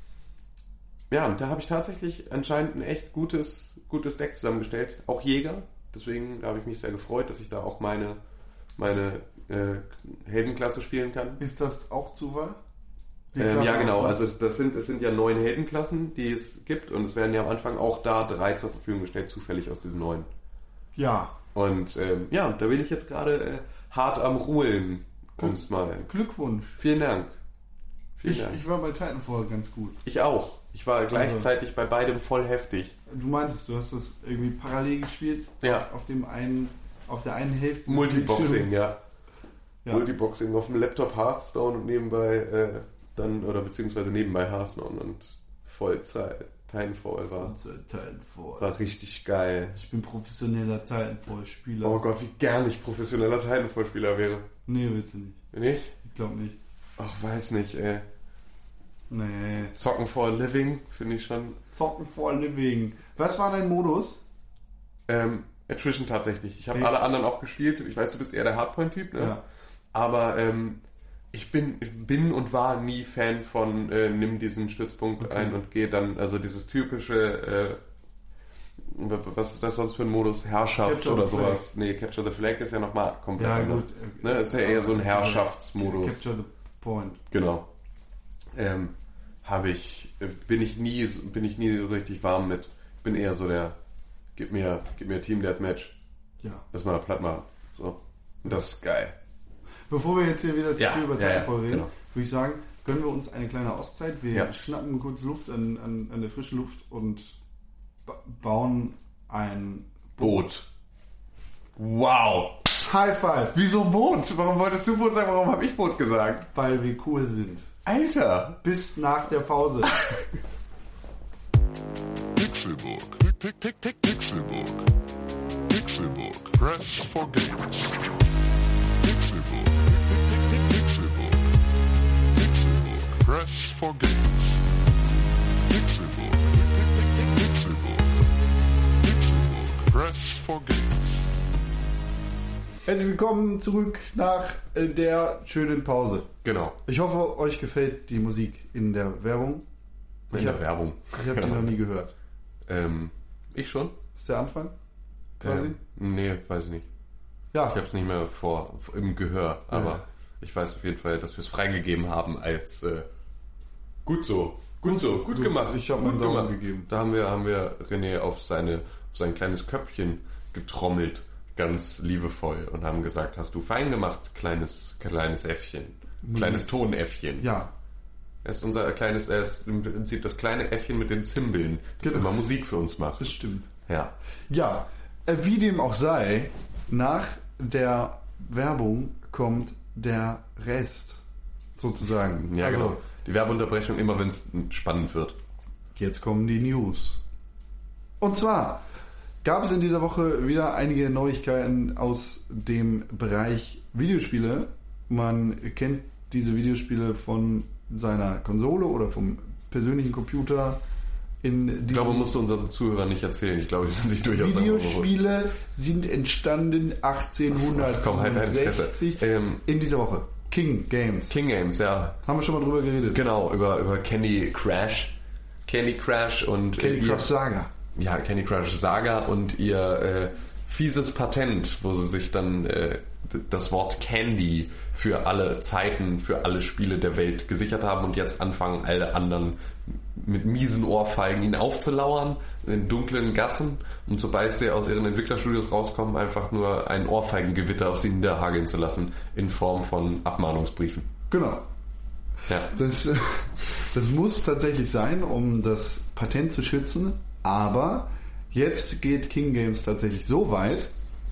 ja, und da habe ich tatsächlich anscheinend ein echt gutes, gutes Deck zusammengestellt. Auch Jäger. Deswegen habe ich mich sehr gefreut, dass ich da auch meine, meine äh, Heldenklasse spielen kann. Ist das auch Zufall? Die Ähm, Klasse ja, genau. aus- Also es, das sind, es sind ja neun Heldenklassen, die es gibt. Und es werden ja am Anfang auch da drei zur Verfügung gestellt, zufällig aus diesen neun. Ja. Und ähm, ja, da bin ich jetzt gerade äh, hart am Ruheln, um es mal. Glückwunsch. Vielen Dank. Vielen Ich, Dank. ich war bei Titanfall ganz gut. Ich auch. Ich war gleichzeitig bei beidem voll heftig. Du meintest, du hast das irgendwie parallel gespielt. Ja. Auf, auf dem einen, auf der einen Hälfte. des Multiboxing, Bildschirms. ja. Ja. Multiboxing auf dem Laptop Hearthstone und nebenbei äh, dann, oder beziehungsweise nebenbei Hearthstone und Vollzeit. Titanfall war, Titanfall. war richtig geil. Ich bin professioneller Titanfall-Spieler. Oh Gott, wie gern ich professioneller Titanfall-Spieler wäre. Nee, willst du nicht. Nicht? Ich glaube nicht. Ach, weiß nicht, ey. Nee. Zocken for a Living finde ich schon. Zocken for a Living. Was war dein Modus? Ähm, Attrition tatsächlich. Ich habe Echt? alle anderen auch gespielt. Ich weiß, du bist eher der Hardpoint-Typ, ne? Ja. Aber ähm, ich bin, bin und war nie Fan von äh, nimm diesen Stützpunkt Okay. ein und geh dann, also dieses typische, äh, was ist das sonst für ein Modus? Herrschaft Capture oder the sowas. Nee, Capture the Flag ist ja nochmal komplett Ja, anders. gut. Ne, ist ja eher so ein Herrschaftsmodus. Capture the Point. Genau. Ähm, habe ich, äh, bin ich nie, bin ich nie so richtig warm mit. Ich bin eher so der, gib mir, gib mir Team Deathmatch. Ja. Lass mal platt machen. So. Und das ist geil. Bevor wir jetzt hier wieder zu Ja, viel über ja, ja, Titanfall reden, genau. würde ich sagen, gönnen wir uns eine kleine Auszeit. Wir Ja. schnappen kurz Luft an, an, an der frischen Luft und ba- bauen ein Boot. Wow. High Five, Wieso Boot? Warum wolltest du Boot sagen? Warum habe ich Boot gesagt? weil wir cool sind. Alter. Bis nach der Pause. Pixelbook. Tick, tick, tick, tick, Pixelbook. Pixelbook. Press for games. Pixelbook. Tick, tick, tick, tick, Pixelbook. Pixelbook. Press for games. Pixelbook. Tick, tick, tick, tick, Pixelbook. Pixelbook. Press for games. Herzlich willkommen zurück nach äh, der schönen Pause. Genau. Ich hoffe, euch gefällt die Musik in der Werbung. In Ich der hab- Werbung. Ich habe die noch nie gehört. Ähm, ich schon? Das ist der Anfang? Quasi? Ähm, nee, weiß ich nicht. Ja. Ich habe es nicht mehr vor im Gehör, aber Ja. ich weiß auf jeden Fall, dass wir es freigegeben haben als äh, gut so, gut so, gut Du, gemacht. ich hab gut meinen Daumen gemacht. gegeben. Da haben wir, haben wir René auf seine, auf sein kleines Köpfchen getrommelt, ganz liebevoll und haben gesagt, hast du fein gemacht, kleines, kleines Äffchen, kleines Tonäffchen. Ja. Er ist unser kleines, er ist im Prinzip das kleine Äffchen mit den Zimbeln, das Genau. immer Musik für uns macht. Das stimmt. Ja. Ja, äh, wie dem auch sei, nach der Werbung kommt der Rest, sozusagen. Ja, also, genau. Die Werbeunterbrechung immer, wenn es spannend wird. jetzt kommen die News. Und zwar gab es in dieser Woche wieder einige Neuigkeiten aus dem Bereich Videospiele. Man kennt diese Videospiele von seiner Konsole oder vom persönlichen Computer. In Ich glaube, musst du unseren Zuhörern nicht erzählen. Ich glaube, die sind sich durchaus darüber bewusst. Videospiele sind entstanden Komm, halt deine Fresse. achtzehnhundertfünfundsechzig Ähm, in dieser Woche. King Games. King Games, ja. Haben wir schon mal drüber geredet. Genau, über, über Candy Crush. Candy Crush und Candy äh, ihr, Crush Saga. Ja, Candy Crush Saga und ihr äh, fieses Patent, wo sie sich dann äh, d- das Wort Candy für alle Zeiten, für alle Spiele der Welt gesichert haben und jetzt anfangen, alle anderen mit miesen Ohrfeigen ihnen aufzulauern in dunklen Gassen und sobald sie aus ihren Entwicklerstudios rauskommen, einfach nur ein Ohrfeigengewitter auf sie niederhageln zu lassen in Form von Abmahnungsbriefen. Genau. Ja. Das, äh, das muss tatsächlich sein, um das Patent zu schützen. Aber jetzt geht King Games tatsächlich so weit,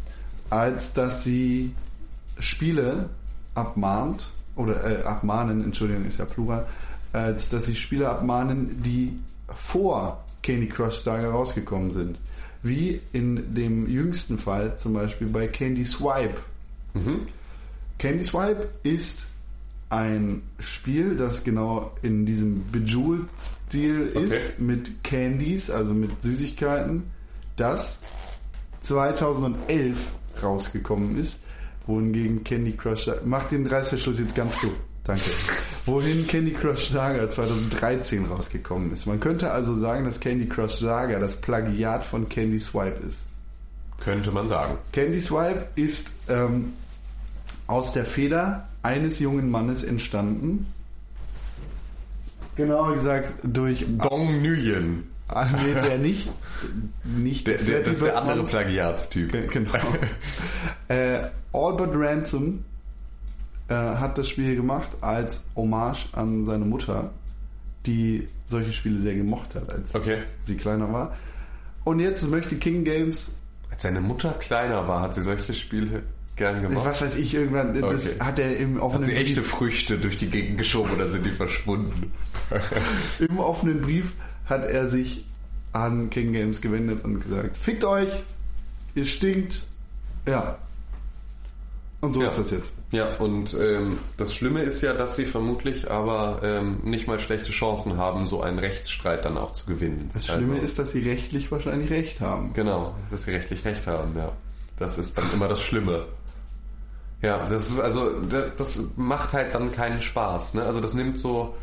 als dass sie Spiele abmahnt, oder äh, abmahnen, Entschuldigung, ist ja Plural, als dass sie Spiele abmahnen, die vor Candy Crush Saga rausgekommen sind. Wie in dem jüngsten Fall, zum Beispiel bei Candy Swipe. Mhm. Candy Swipe ist ein Spiel, das genau in diesem Bejeweled-Stil Okay. ist, mit Candies, also mit Süßigkeiten, das zweitausendelf rausgekommen ist, wohingegen Candy Crush... Mach den Reißverschluss jetzt ganz zu. Danke. Wohin Candy Crush Saga zweitausenddreizehn rausgekommen ist. Man könnte also sagen, dass Candy Crush Saga das Plagiat von Candy Swipe ist. Könnte man sagen. Candy Swipe ist ähm, aus der Feder eines jungen Mannes entstanden. Genauer gesagt durch Dong Nguyen. Ah, nee, der nicht. nicht der, der, das ist der andere Mann. Plagiatstyp. Ge- Genau. äh, Albert Ransom äh, hat das Spiel gemacht als Hommage an seine Mutter, die solche Spiele sehr gemocht hat, als Okay. sie kleiner war. Und jetzt möchte King Games, Als seine Mutter kleiner war, hat sie solche Spiele gern gemacht. was weiß ich, irgendwann, das Okay. hat er im Hat offenen sie echte Brief, Früchte durch die Gegend geschoben oder sind die verschwunden? im offenen Brief hat er sich an King Games gewendet und gesagt, fickt euch, ihr stinkt, ja. Und so Ja. ist das jetzt. Ja, und ähm, das Schlimme ist ja, dass sie vermutlich aber ähm, nicht mal schlechte Chancen haben, so einen Rechtsstreit dann auch zu gewinnen. Das Schlimme Also, ist, dass sie rechtlich wahrscheinlich recht haben. Genau, dass sie rechtlich recht haben, ja. Das ist dann immer das Schlimme. Ja, das ist also, das, das macht halt dann keinen Spaß, ne? Also das nimmt so,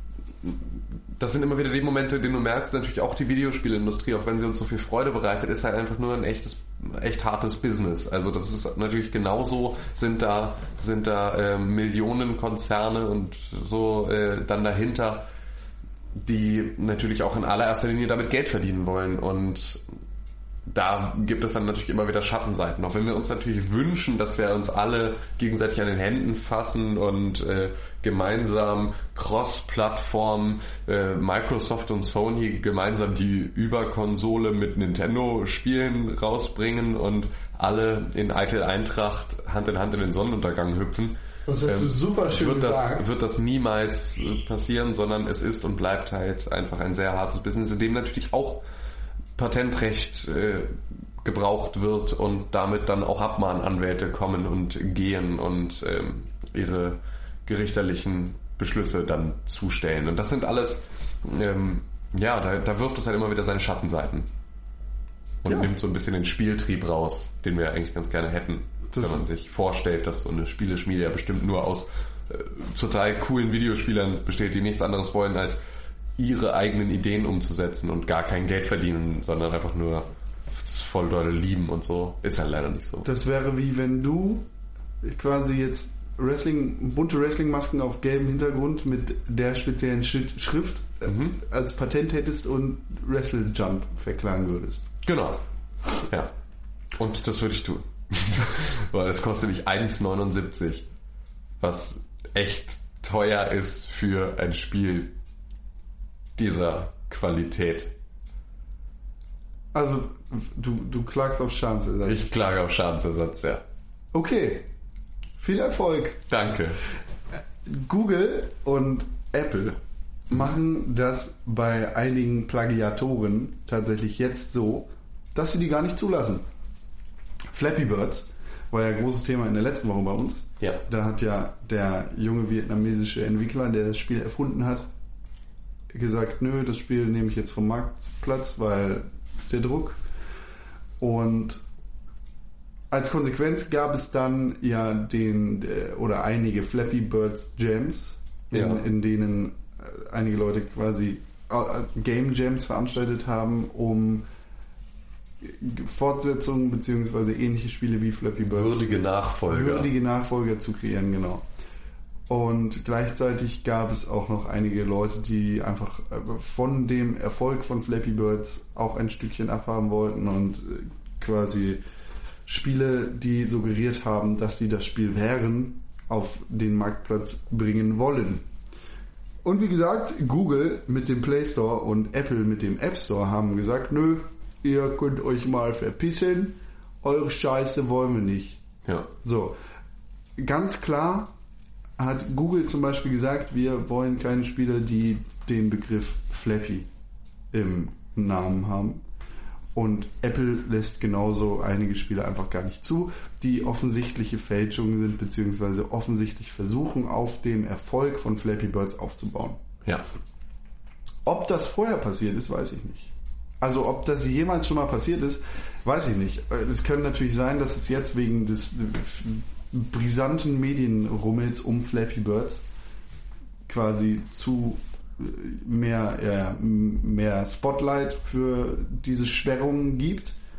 das sind immer wieder die Momente, in denen du merkst, natürlich auch die Videospielindustrie, auch wenn sie uns so viel Freude bereitet, ist halt einfach nur ein echtes, echt hartes Business. Also das ist natürlich genauso, sind da, sind da äh, Millionen Konzerne und so äh, dann dahinter, die natürlich auch in allererster Linie damit Geld verdienen wollen, und da gibt es dann natürlich immer wieder Schattenseiten. Auch wenn wir uns natürlich wünschen, dass wir uns alle gegenseitig an den Händen fassen und äh, gemeinsam Cross-Plattform, äh, Microsoft und Sony gemeinsam die Überkonsole mit Nintendo-Spielen rausbringen und alle in eitel Eintracht Hand in Hand in den Sonnenuntergang hüpfen. Das hast du super schön wird das, gesagt. wird das niemals passieren, sondern es ist und bleibt halt einfach ein sehr hartes Business, in dem natürlich auch Patentrecht äh, gebraucht wird und damit dann auch Abmahnanwälte kommen und gehen und ähm, ihre gerichterlichen Beschlüsse dann zustellen. Und das sind alles, ähm, ja, da, da wirft es halt immer wieder seine Schattenseiten. Und Ja. nimmt so ein bisschen den Spieltrieb raus, den wir eigentlich ganz gerne hätten. Das- wenn man sich vorstellt, dass so eine Spieleschmiede ja bestimmt nur aus äh, total coolen Videospielern besteht, die nichts anderes wollen, als ihre eigenen Ideen umzusetzen und gar kein Geld verdienen, sondern einfach nur voll dolle lieben und so. Ist halt leider nicht so. Das wäre wie wenn du quasi jetzt Wrestling, bunte Wrestling-Masken auf gelbem Hintergrund mit der speziellen Schrift, Schrift äh, Mhm. als Patent hättest und Wrestle Jump verklagen würdest. Genau. Ja. Und das würde ich tun. Weil es kostet nämlich eins neunundsiebzig, was echt teuer ist für ein Spiel dieser Qualität. Also du, du klagst auf Schadensersatz. Ich klage auf Schadensersatz, ja. Okay, viel Erfolg. Danke. Google und Apple machen das bei einigen Plagiatoren tatsächlich jetzt so, dass sie die gar nicht zulassen. Flappy Birds war ja ein großes Thema in der letzten Woche bei uns. Ja. Da hat ja der junge vietnamesische Entwickler, der das Spiel erfunden hat, gesagt, nö, das Spiel nehme ich jetzt vom Marktplatz, weil der Druck. Und als Konsequenz gab es dann ja den oder einige Flappy Birds Jams, in, Ja. in denen einige Leute quasi Game Jams veranstaltet haben, um Fortsetzungen bzw. ähnliche Spiele wie Flappy Birds Würdige Nachfolger. würdige Nachfolger zu kreieren, genau. Und gleichzeitig gab es auch noch einige Leute, die einfach von dem Erfolg von Flappy Birds auch ein Stückchen abhaben wollten und quasi Spiele, die suggeriert haben, dass sie das Spiel wären, auf den Marktplatz bringen wollen. Und wie gesagt, Google mit dem Play Store und Apple mit dem App Store haben gesagt, nö, ihr könnt euch mal verpissen, eure Scheiße wollen wir nicht. Ja. So, ganz klar hat Google zum Beispiel gesagt, wir wollen keine Spiele, die den Begriff Flappy im Namen haben. Und Apple lässt genauso einige Spiele einfach gar nicht zu, die offensichtliche Fälschungen sind, beziehungsweise offensichtlich versuchen, auf dem Erfolg von Flappy Birds aufzubauen. Ja. Ob das vorher passiert ist, weiß ich nicht. Also ob das jemals schon mal passiert ist, weiß ich nicht. Es kann natürlich sein, dass es jetzt wegen des brisanten Medienrummels um Flappy Birds quasi zu mehr, ja, mehr Spotlight für diese Sperrungen gibt.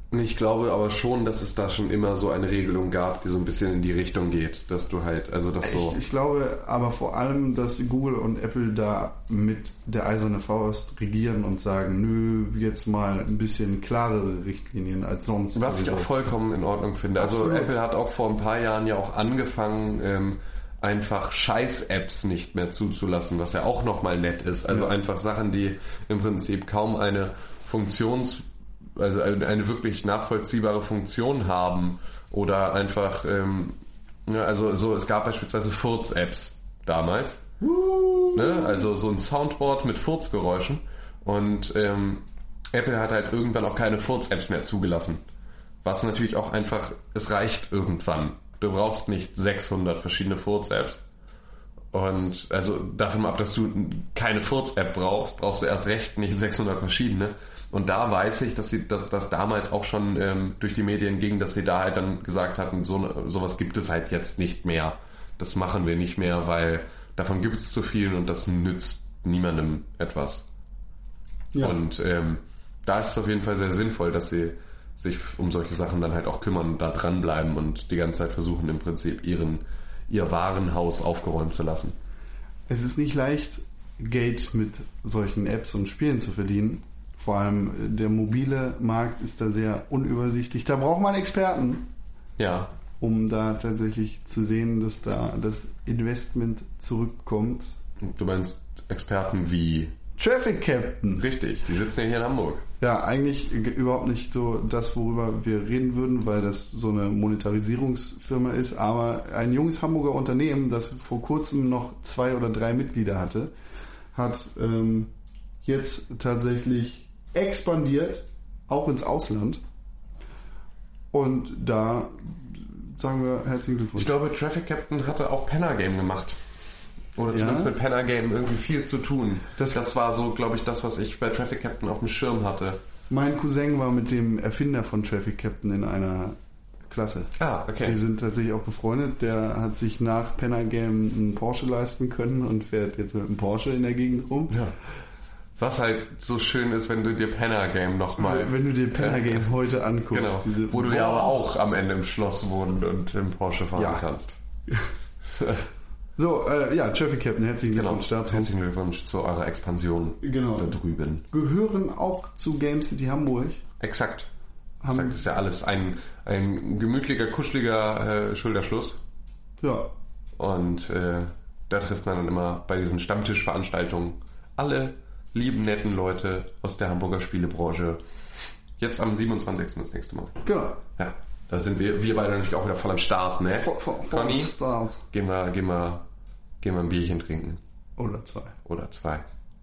Ich glaube aber schon, dass es da schon immer so eine Regelung gab, die so ein bisschen in die Richtung geht, dass du halt, also das so... Ich, ich glaube aber vor allem, dass Google und Apple da mit der eisernen Faust regieren und sagen, nö, jetzt mal ein bisschen klarere Richtlinien als sonst. Was ich auch vollkommen in Ordnung finde. Also Absolut. Apple hat auch vor ein paar Jahren ja auch angefangen, ähm, einfach Scheiß-Apps nicht mehr zuzulassen, was ja auch nochmal nett ist. Also ja. einfach Sachen, die im Prinzip kaum eine Funktions... also eine wirklich nachvollziehbare Funktion haben oder einfach, ähm, ja, also so, es gab beispielsweise Furz-Apps damals, ne? Also so ein Soundboard mit Furzgeräuschen und ähm, Apple hat halt irgendwann auch keine Furz-Apps mehr zugelassen, was natürlich auch einfach, es reicht irgendwann, du brauchst nicht sechshundert verschiedene Furz-Apps und also davon ab, dass du keine Furz-App brauchst, brauchst du erst recht nicht sechshundert verschiedene. Und da weiß ich, dass sie, dass das damals auch schon ähm, durch die Medien ging, dass sie da halt dann gesagt hatten, so sowas gibt es halt jetzt nicht mehr. Das machen wir nicht mehr, weil davon gibt es zu viel und das nützt niemandem etwas. Ja. Und ähm, da ist es auf jeden Fall sehr sinnvoll, dass sie sich um solche Sachen dann halt auch kümmern und da dranbleiben und die ganze Zeit versuchen im Prinzip ihren, ihr Warenhaus aufgeräumt zu lassen. Es ist nicht leicht, Geld mit solchen Apps und Spielen zu verdienen. Vor allem der mobile Markt ist da sehr unübersichtlich. Da braucht man Experten, ja, um da tatsächlich zu sehen, dass da das Investment zurückkommt. Du meinst Experten wie... Traffic Captain. Richtig, die sitzen ja hier in Hamburg. Ja, eigentlich überhaupt nicht so das, worüber wir reden würden, weil das so eine Monetarisierungsfirma ist, aber ein junges Hamburger Unternehmen, das vor kurzem noch zwei oder drei Mitglieder hatte, hat ähm, jetzt tatsächlich expandiert, auch ins Ausland. Und da sagen wir herzlichen Glückwunsch. Ich glaube, Traffic Captain hatte auch Penner Game gemacht. Oder zumindest ja. mit Penner Game irgendwie viel zu tun. Das, das war so, glaube ich, das, was ich bei Traffic Captain auf dem Schirm hatte. Mein Cousin war mit dem Erfinder von Traffic Captain in einer Klasse. Ah, okay. Die sind tatsächlich auch befreundet. Der hat sich nach Penner Game einen Porsche leisten können und fährt jetzt mit einem Porsche in der Gegend rum. Ja. Was halt so schön ist, wenn du dir Penner Game nochmal... Wenn du dir Penner Game äh, heute anguckst. Genau, diese, wo du ja aber auch am Ende im Schloss wohnen und im Porsche fahren ja. kannst. So, äh, ja, Traffic Captain, herzlichen Glückwunsch genau. dazu. Herzlichen Glückwunsch zu eurer Expansion genau. da drüben. Gehören auch zu Game City Hamburg. Exakt. Haben Exakt, ist ja alles ein, ein gemütlicher, kuscheliger äh, Schulterschluss. Ja. Und äh, da trifft man dann immer bei diesen Stammtischveranstaltungen alle lieben, netten Leute aus der Hamburger Spielebranche. Jetzt am siebenundzwanzigsten das nächste Mal. Genau. Ja, da sind wir, wir beide natürlich auch wieder voll am Start, ne? Voll, voll, voll Conny, Start. Gehen wir, gehen wir, gehen wir ein Bierchen trinken. Oder zwei. Oder zwei.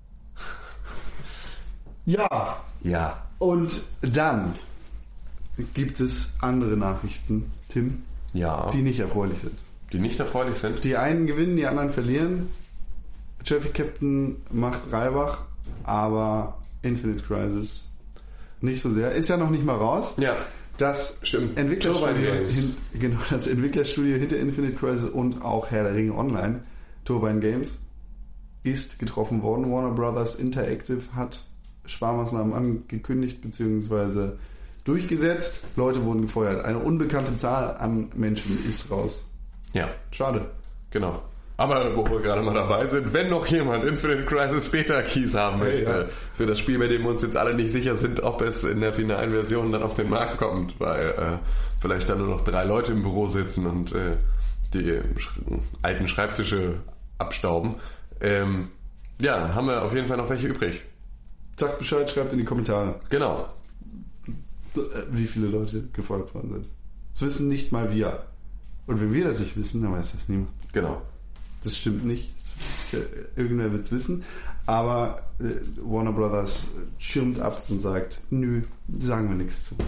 Ja. Ja. Und dann gibt es andere Nachrichten, Tim, ja. die nicht erfreulich sind. Die nicht erfreulich sind? Die einen gewinnen, die anderen verlieren. Traffic Captain macht Reibach, aber Infinite Crisis nicht so sehr. Ist ja noch nicht mal raus. Ja. Das Stimmt. Entwicklerstudio, hin, genau, das Entwicklerstudio hinter Infinite Crisis und auch Herr der Ringe Online, Turbine Games, ist getroffen worden. Warner Brothers Interactive hat Sparmaßnahmen angekündigt bzw. durchgesetzt. Leute wurden gefeuert. Eine unbekannte Zahl an Menschen ist raus. Ja. Schade. Genau. Aber wo wir gerade mal dabei sind, wenn noch jemand Infinite Crisis Beta Keys haben möchte, hey, ja. für das Spiel, bei dem wir uns jetzt alle nicht sicher sind, ob es in der finalen Version dann auf den Markt kommt, weil äh, vielleicht dann nur noch drei Leute im Büro sitzen und äh, die sch- alten Schreibtische abstauben. Ähm, ja, haben wir auf jeden Fall noch welche übrig. Sagt Bescheid, schreibt in die Kommentare. Genau. Wie viele Leute gefolgt worden sind. Das wissen nicht mal wir. Und wenn wir das nicht wissen, dann weiß das niemand. Genau. Das stimmt nicht. Irgendwer wird es wissen. Aber äh, Warner Brothers schirmt ab und sagt, nö, sagen wir nichts zu.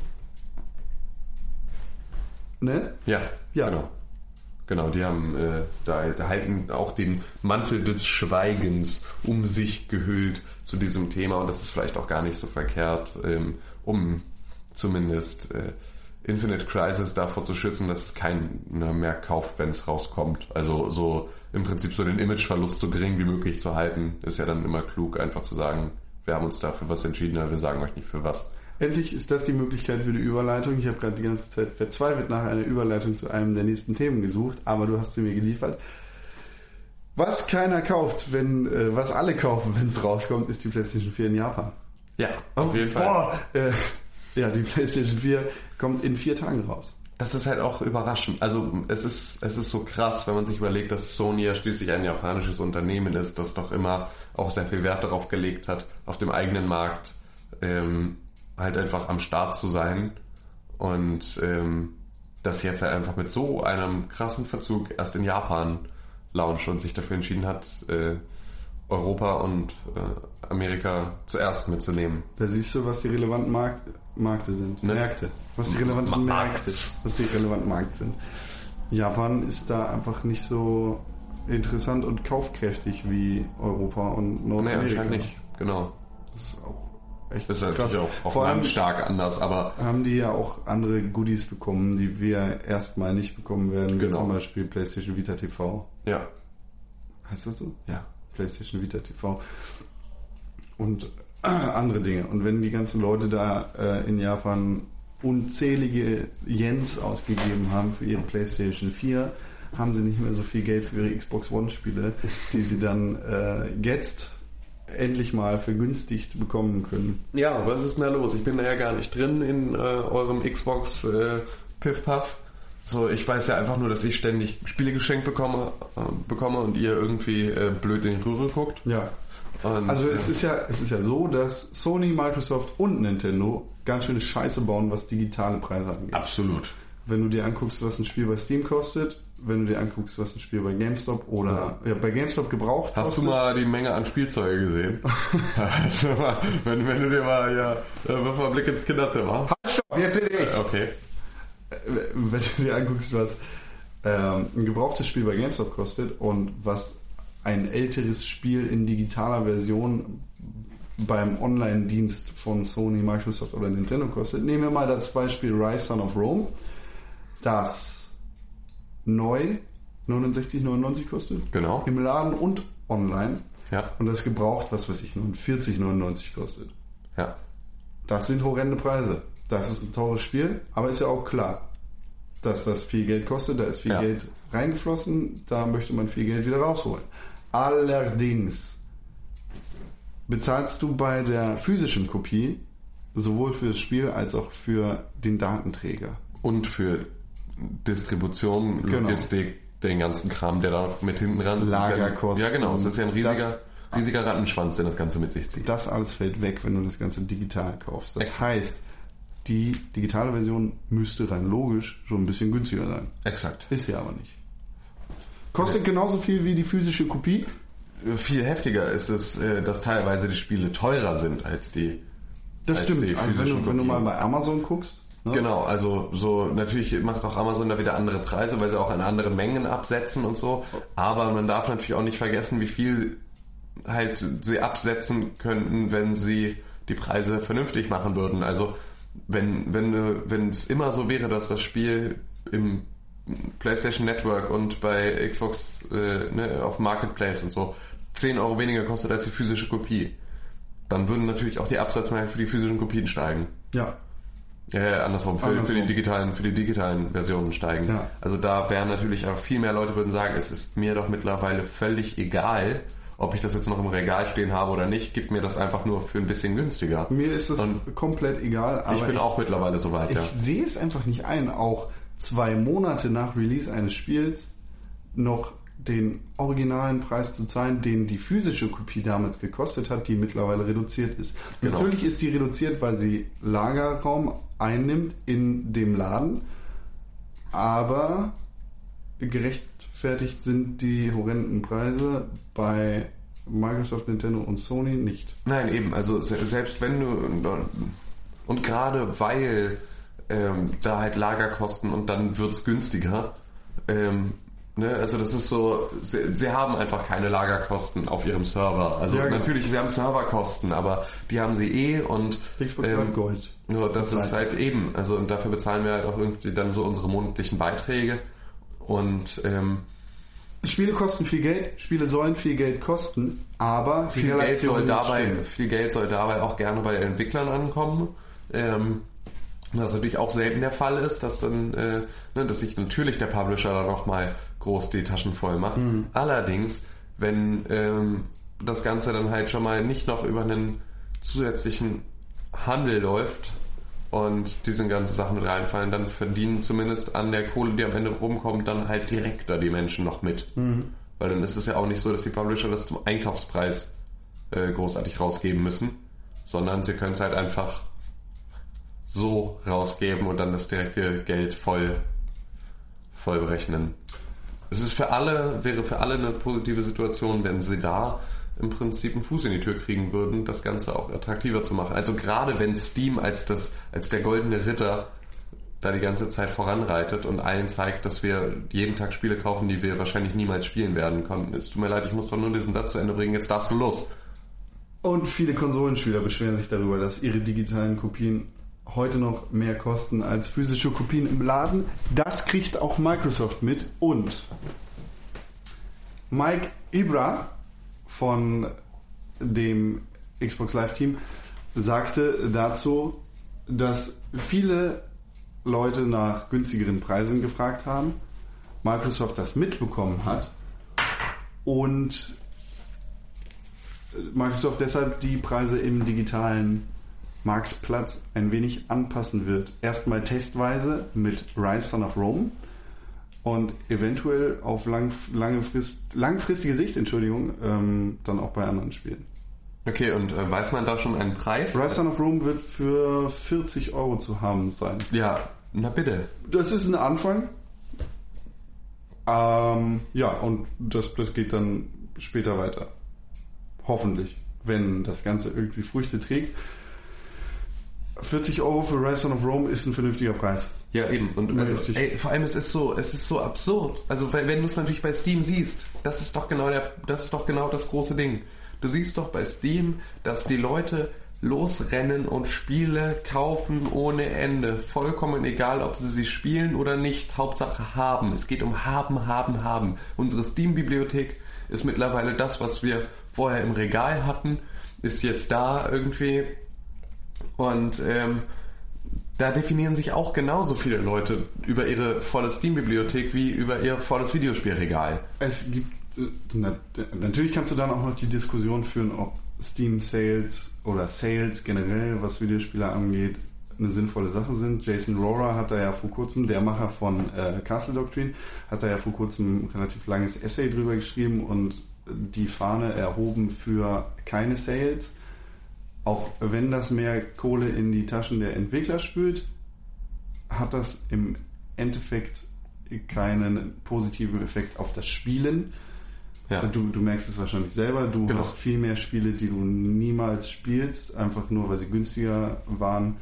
Ne? Ja, ja. genau. Genau, die haben äh, da, da halten auch den Mantel des Schweigens um sich gehüllt zu diesem Thema und das ist vielleicht auch gar nicht so verkehrt, ähm, um zumindest äh, Infinite Crisis davor zu schützen, dass es keiner mehr kauft, wenn es rauskommt. Also so im Prinzip so den Imageverlust so gering wie möglich zu halten, ist ja dann immer klug, einfach zu sagen, wir haben uns dafür was entschieden, aber wir sagen euch nicht für was. Endlich ist das die Möglichkeit für die Überleitung. Ich habe gerade die ganze Zeit verzweifelt nach einer Überleitung zu einem der nächsten Themen gesucht, aber du hast sie mir geliefert. Was keiner kauft, wenn, äh, was alle kaufen, wenn es rauskommt, ist die PlayStation vier in Japan. Ja, auf oh, jeden Fall. Boah, äh, ja, die PlayStation vier kommt in vier Tagen raus. Das ist halt auch überraschend. Also es ist es ist so krass, wenn man sich überlegt, dass Sony ja schließlich ein japanisches Unternehmen ist, das doch immer auch sehr viel Wert darauf gelegt hat, auf dem eigenen Markt ähm, halt einfach am Start zu sein und ähm, das jetzt halt einfach mit so einem krassen Verzug erst in Japan launcht und sich dafür entschieden hat, äh, Europa und äh, Amerika zuerst mitzunehmen. Da siehst du, was die relevanten Markt, Märkte sind. Ne? Märkte. Was die relevanten Ma- Märkte, was die relevanten Märkte sind. Japan ist da einfach nicht so interessant und kaufkräftig wie Europa und Nordamerika. Nee, anscheinend nicht, genau. Das ist auch echt Das ist natürlich krass. auch auf Vor allem Land stark anders, aber haben die ja auch andere Goodies bekommen, die wir erstmal nicht bekommen werden, wie Genau. zum Beispiel PlayStation Vita T V. ja. Heißt das so? Ja. PlayStation Vita T V. Und äh, andere Dinge. Und wenn die ganzen Leute da äh, in Japan unzählige Yens ausgegeben haben für ihre PlayStation vier, haben sie nicht mehr so viel Geld für ihre Xbox One Spiele, die sie dann äh, jetzt endlich mal vergünstigt bekommen können. Ja, was ist denn da los? Ich bin da ja gar nicht drin in äh, eurem Xbox äh, Piff-Puff. So, ich weiß ja einfach nur, dass ich ständig Spiele geschenkt bekomme, äh, bekomme und ihr irgendwie äh, blöd in die Röhre guckt. Ja. Und, Also es äh, ist ja, es ist ja so, dass Sony, Microsoft und Nintendo ganz schöne Scheiße bauen, was digitale Preise angeht. absolut. Wenn du dir anguckst, was ein Spiel bei Steam kostet, wenn du dir anguckst, was ein Spiel bei GameStop oder ja, bei GameStop gebraucht Hast kostet. du mal die Menge an Spielzeuge gesehen? Also mal, wenn, wenn du dir mal, ja, wirf mal einen Blick ins Kinderzimmer. Stopp, jetzt rede ich. Okay. Wenn du dir anguckst, was ähm, ein gebrauchtes Spiel bei GameStop kostet und was ein älteres Spiel in digitaler Version beim Online-Dienst von Sony, Microsoft oder Nintendo kostet. Nehmen wir mal das Beispiel Rise Son of Rome, das neu neunundsechzig neunundneunzig kostet. Genau. Im Laden und online. Ja. Und das gebraucht, was weiß ich, neunundvierzig neunundneunzig kostet. Ja. Das sind horrende Preise. Das ist ein teures Spiel, aber ist ja auch klar, dass das viel Geld kostet. Da ist viel Ja. Geld reingeflossen, da möchte man viel Geld wieder rausholen. Allerdings bezahlst du bei der physischen Kopie sowohl für das Spiel als auch für den Datenträger. Und für Distribution, Genau. Logistik, den ganzen Kram, der da mit hinten ran Lagerkosten. Ja, genau. Es ist ja ein riesiger, Das- riesiger Rattenschwanz, der das Ganze mit sich zieht. Das alles fällt weg, wenn du das Ganze digital kaufst. Das Exakt. heißt, die digitale Version müsste rein logisch schon ein bisschen günstiger sein. Exakt. Ist sie aber nicht. Kostet genauso viel wie die physische Kopie. Viel heftiger ist es, äh, dass teilweise die Spiele teurer sind als die. Das als stimmt. die Also wenn, physischen du, wenn du Kopien. mal bei Amazon guckst. Ne? Genau, also so natürlich macht auch Amazon da wieder andere Preise, weil sie auch an andere Mengen absetzen und so. Aber man darf natürlich auch nicht vergessen, wie viel halt sie absetzen könnten, wenn sie die Preise vernünftig machen würden. Also wenn wenn du- wenn es immer so wäre, dass das Spiel im PlayStation Network und bei Xbox äh, ne, auf Marketplace und so zehn Euro weniger kostet als die physische Kopie, dann würden natürlich auch die Absatzmenge für die physischen Kopien steigen. Ja. Ja, andersrum, für, Andersrum. für die digitalen, für die digitalen Versionen steigen. Ja. Also da wären natürlich aber viel mehr Leute würden sagen, es ist mir doch mittlerweile völlig egal, ob ich das jetzt noch im Regal stehen habe oder nicht, gib mir das einfach nur für ein bisschen günstiger. Mir ist das Und komplett egal. Aber ich bin auch mittlerweile soweit, ich ja. sehe es einfach nicht ein, auch zwei Monate nach Release eines Spiels noch den originalen Preis zu zahlen, den die physische Kopie damals gekostet hat, die mittlerweile reduziert ist. Genau. Natürlich ist die reduziert, weil sie Lagerraum einnimmt in dem Laden, aber gerechtfertigt sind die horrenden Preise bei Microsoft, Nintendo und Sony nicht. Nein, eben, also se- selbst wenn du und gerade weil ähm, da halt Lagerkosten und dann wird's günstiger, ähm, ne, also das ist so, sie, sie haben einfach keine Lagerkosten auf ihrem Server. Also Ja, genau. natürlich, sie haben Serverkosten, aber die haben sie eh und Xbox hat Gold. nur das Das ist heißt- halt eben, also und dafür bezahlen wir halt auch irgendwie dann so unsere monatlichen Beiträge und ähm, Spiele kosten viel Geld, Spiele sollen viel Geld kosten, aber die viel Geld Relation soll muss dabei, stimmen. viel Geld soll dabei auch gerne bei den Entwicklern ankommen. Ähm, was natürlich auch selten der Fall ist, dass dann, äh, ne, dass sich natürlich der Publisher da nochmal groß die Taschen voll macht. Mhm. Allerdings, wenn ähm, das Ganze dann halt schon mal nicht noch über einen zusätzlichen Handel läuft und diese ganzen Sachen mit reinfallen, dann verdienen zumindest an der Kohle, die am Ende rumkommt, dann halt direkter die Menschen noch mit. Mhm. Weil dann ist es ja auch nicht so, dass die Publisher das zum Einkaufspreis äh, großartig rausgeben müssen, sondern sie können es halt einfach so rausgeben und dann das direkte Geld voll, voll berechnen. Es ist für alle, wäre für alle eine positive Situation, wenn sie da im Prinzip einen Fuß in die Tür kriegen würden, das Ganze auch attraktiver zu machen. Also gerade wenn Steam als das, als der goldene Ritter da die ganze Zeit voranreitet und allen zeigt, dass wir jeden Tag Spiele kaufen, die wir wahrscheinlich niemals spielen werden konnten. Es tut mir leid, ich muss doch nur diesen Satz zu Ende bringen, jetzt darfst du los. Und viele Konsolenspieler beschweren sich darüber, dass ihre digitalen Kopien heute noch mehr kosten als physische Kopien im Laden. Das kriegt auch Microsoft mit. Und Mike Ibra von dem Xbox Live Team sagte dazu, dass viele Leute nach günstigeren Preisen gefragt haben, Microsoft das mitbekommen hat und Microsoft deshalb die Preise im digitalen Marktplatz ein wenig anpassen wird. Erstmal testweise mit Rise Son of Rome und eventuell auf lang, lange Frist, langfristige Sicht, Entschuldigung, ähm, dann auch bei anderen Spielen. Okay, und äh, weiß man da schon einen Preis? Rise Son of Rome wird für vierzig Euro zu haben sein. Ja, na bitte. Das ist ein Anfang. Ähm, ja, und das, das geht dann später weiter. Hoffentlich, wenn das Ganze irgendwie Früchte trägt. vierzig Euro für Rise Son of Rome ist ein vernünftiger Preis. Ja, eben. Und also, ey, vor allem es ist so, es ist so absurd. Also weil, wenn du es natürlich bei Steam siehst, das ist doch genau der, das ist doch genau das große Ding. Du siehst doch bei Steam, dass die Leute losrennen und Spiele kaufen ohne Ende. Vollkommen egal, ob sie sie spielen oder nicht. Hauptsache haben. Es geht um haben, haben, haben. Unsere Steam-Bibliothek ist mittlerweile das, was wir vorher im Regal hatten, ist jetzt da irgendwie. Und ähm, da definieren sich auch genauso viele Leute über ihre volle Steam-Bibliothek wie über ihr volles Videospielregal. Es gibt Na, natürlich kannst du dann auch noch die Diskussion führen, ob Steam Sales oder Sales generell, was Videospiele angeht, eine sinnvolle Sache sind. Jason Rohrer hat da ja vor kurzem, der Macher von äh, Castle Doctrine, hat da ja vor kurzem ein relativ langes Essay drüber geschrieben und die Fahne erhoben für keine Sales. Auch wenn das mehr Kohle in die Taschen der Entwickler spült, hat das im Endeffekt keinen positiven Effekt auf das Spielen. Ja. Du, du merkst es wahrscheinlich selber, du genau. hast viel mehr Spiele, die du niemals spielst, einfach nur, weil sie günstiger waren.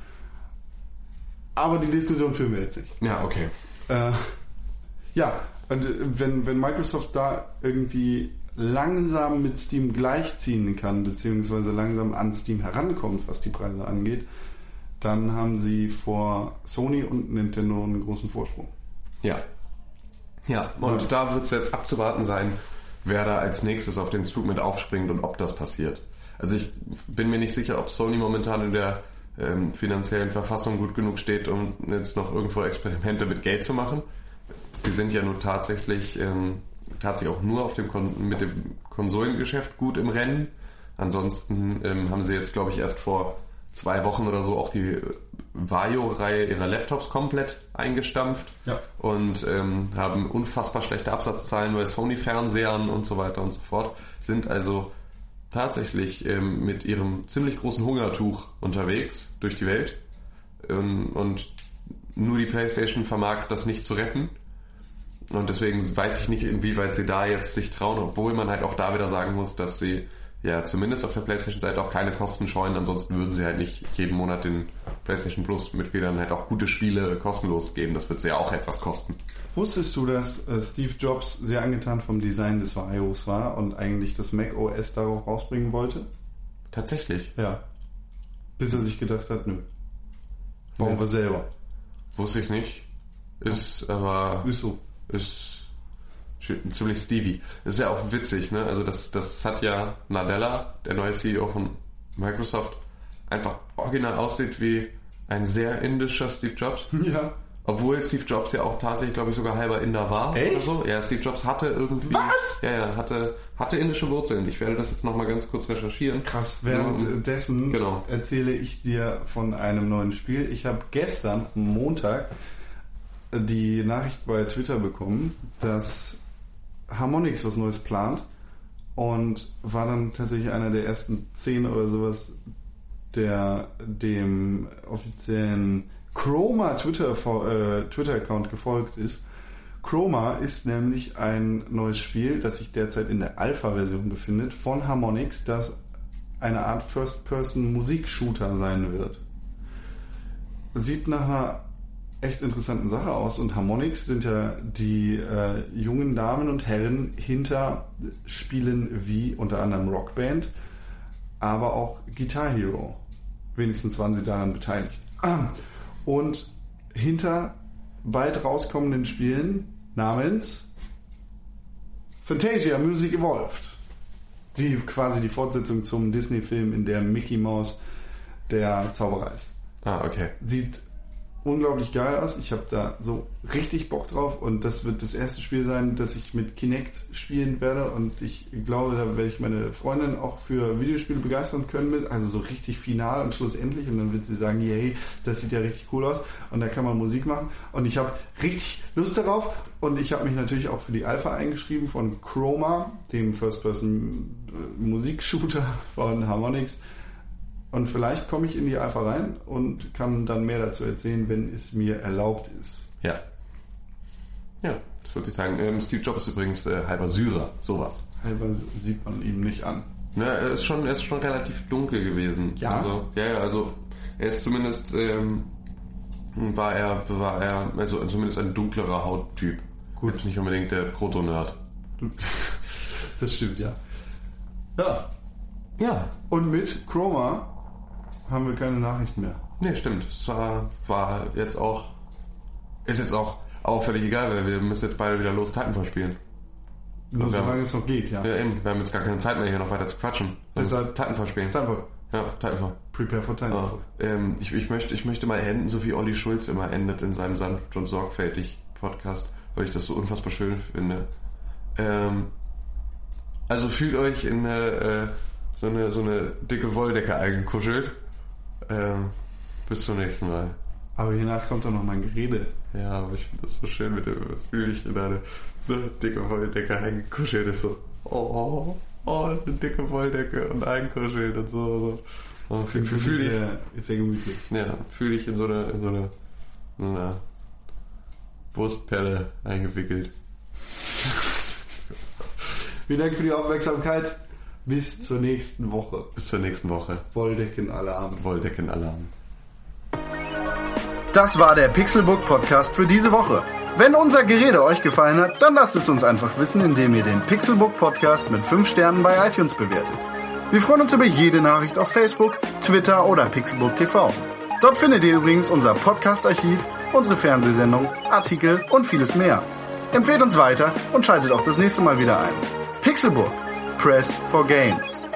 Aber die Diskussion führen wir jetzt nicht. Ja, okay. Äh, ja, und wenn, wenn Microsoft da irgendwie langsam mit Steam gleichziehen kann, beziehungsweise langsam an Steam herankommt, was die Preise angeht, dann haben sie vor Sony und Nintendo einen großen Vorsprung. Ja. Ja, und ja. da wird es jetzt abzuwarten sein, wer da als nächstes auf den Zug mit aufspringt und ob das passiert. Also ich bin mir nicht sicher, ob Sony momentan in der ähm, finanziellen Verfassung gut genug steht, um jetzt noch irgendwo Experimente mit Geld zu machen. Die sind ja nun tatsächlich ähm, tatsächlich auch nur auf dem Kon- mit dem Konsolengeschäft gut im Rennen. Ansonsten ähm, haben sie jetzt, glaube ich, erst vor zwei Wochen oder so auch die Vaio-Reihe ihrer Laptops komplett eingestampft ja. und ähm, haben unfassbar schlechte Absatzzahlen bei Sony-Fernsehern und so weiter und so fort. Sind also tatsächlich ähm, mit ihrem ziemlich großen Hungertuch unterwegs durch die Welt ähm, und nur die PlayStation vermag das nicht zu retten. Und deswegen weiß ich nicht, inwieweit sie da jetzt sich trauen, obwohl man halt auch da wieder sagen muss, dass sie ja zumindest auf der PlayStation-Seite auch keine Kosten scheuen, ansonsten würden sie halt nicht jeden Monat den PlayStation Plus-Mitgliedern halt auch gute Spiele kostenlos geben. Das wird sie ja auch etwas kosten. Wusstest du, dass äh, Steve Jobs sehr angetan vom Design des iOS war und eigentlich das Mac O S darauf rausbringen wollte? Tatsächlich? Ja. Bis er sich gedacht hat, nö. Bauen ja. wir selber. Wusste ich nicht. Ist aber... Ist so. Ist ziemlich Stevie. Das ist ja auch witzig, ne? Also das, das hat ja Nadella, der neue C E O von Microsoft, einfach original aussieht wie ein sehr indischer Steve Jobs. Ja. Obwohl Steve Jobs ja auch tatsächlich, glaube ich, sogar halber Inder war. Echt? Oder so. Ja, Steve Jobs hatte irgendwie... Was? Ja, ja, hatte, hatte indische Wurzeln. Ich werde das jetzt nochmal ganz kurz recherchieren. Krass, währenddessen genau. erzähle ich dir von einem neuen Spiel. Ich habe gestern, Montag, die Nachricht bei Twitter bekommen, dass Harmonix was Neues plant und war dann tatsächlich einer der ersten zehn oder sowas, der dem offiziellen Chroma Twitter, äh, Twitter-Account gefolgt ist. Chroma ist nämlich ein neues Spiel, das sich derzeit in der Alpha-Version befindet, von Harmonix, das eine Art First-Person-Musik-Shooter sein wird. Sieht nach einer echt interessanten Sache aus und Harmonix sind ja die äh, jungen Damen und Herren hinter Spielen wie unter anderem Rockband, aber auch Guitar Hero. Wenigstens waren sie daran beteiligt. Und hinter bald rauskommenden Spielen namens Fantasia Music Evolved. Die quasi die Fortsetzung zum Disney-Film, in der Mickey Mouse der Zauberer ist. Ah, okay. Sieht unglaublich geil aus. Ich habe da so richtig Bock drauf und das wird das erste Spiel sein, das ich mit Kinect spielen werde und ich glaube, da werde ich meine Freundin auch für Videospiele begeistern können mit, also so richtig final und schlussendlich und dann wird sie sagen, yay, das sieht ja richtig cool aus und da kann man Musik machen und ich habe richtig Lust darauf und ich habe mich natürlich auch für die Alpha eingeschrieben von Chroma, dem First-Person-Musik-Shooter von Harmonix. Und vielleicht komme ich in die Alpha rein und kann dann mehr dazu erzählen, wenn es mir erlaubt ist. Ja. Ja, das würde ich sagen. Ähm, Steve Jobs ist übrigens äh, halber Syrer, sowas. Halber sieht man ihm nicht an. Ja, er ist schon, er ist schon relativ dunkel gewesen. Ja? Also, ja, ja, also er ist zumindest, ähm, war er, war er, also zumindest ein dunklerer Hauttyp. Gut. Jetzt nicht unbedingt der Proto-Nerd. Das stimmt, ja. Ja. Ja. Und mit Chroma haben wir keine Nachrichten mehr. Nee, stimmt. Es war, war jetzt auch, ist jetzt auch, auch völlig egal, weil wir müssen jetzt beide wieder los Titanfall spielen. Nur solange es noch geht, ja. Ja, eben. Wir haben jetzt gar keine Zeit mehr, hier noch weiter zu quatschen. Deshalb Titanfall spielen. Titanfall. Ja, Titanfall. Prepare for Titanfall. Ja, ähm, ich, ich, möchte, ich möchte mal enden, so wie Olli Schulz immer endet in seinem Sanft und Sorgfältig Podcast, weil ich das so unfassbar schön finde. Ähm, also fühlt euch in eine, äh, so eine, so eine dicke Wolldecke eingekuschelt. Ähm, bis zum nächsten Mal. Aber hiernach kommt doch noch mein Gerede. Ja, aber ich finde das so schön mit dem, fühle ich in eine, eine dicke Wolldecke eingekuschelt. Ist so, oh, oh, eine dicke Wolldecke und eingekuschelt und so. so. Das klingt fühl ich, sehr, sehr gemütlich. Ja, fühle ich in so eine, in so eine, in so eine Wurstperle eingewickelt. Vielen Dank für die Aufmerksamkeit. Bis zur nächsten Woche. Bis zur nächsten Woche. Wolldecken-Alarm. Wolldecken-Alarm. Das war der Pixelbook Podcast für diese Woche. Wenn unser Gerede euch gefallen hat, dann lasst es uns einfach wissen, indem ihr den Pixelbook Podcast mit fünf Sternen bei iTunes bewertet. Wir freuen uns über jede Nachricht auf Facebook, Twitter oder Pixelbook T V. Dort findet ihr übrigens unser Podcast-Archiv, unsere Fernsehsendung, Artikel und vieles mehr. Empfehlt uns weiter und schaltet auch das nächste Mal wieder ein. Pixelbook. Press for Games.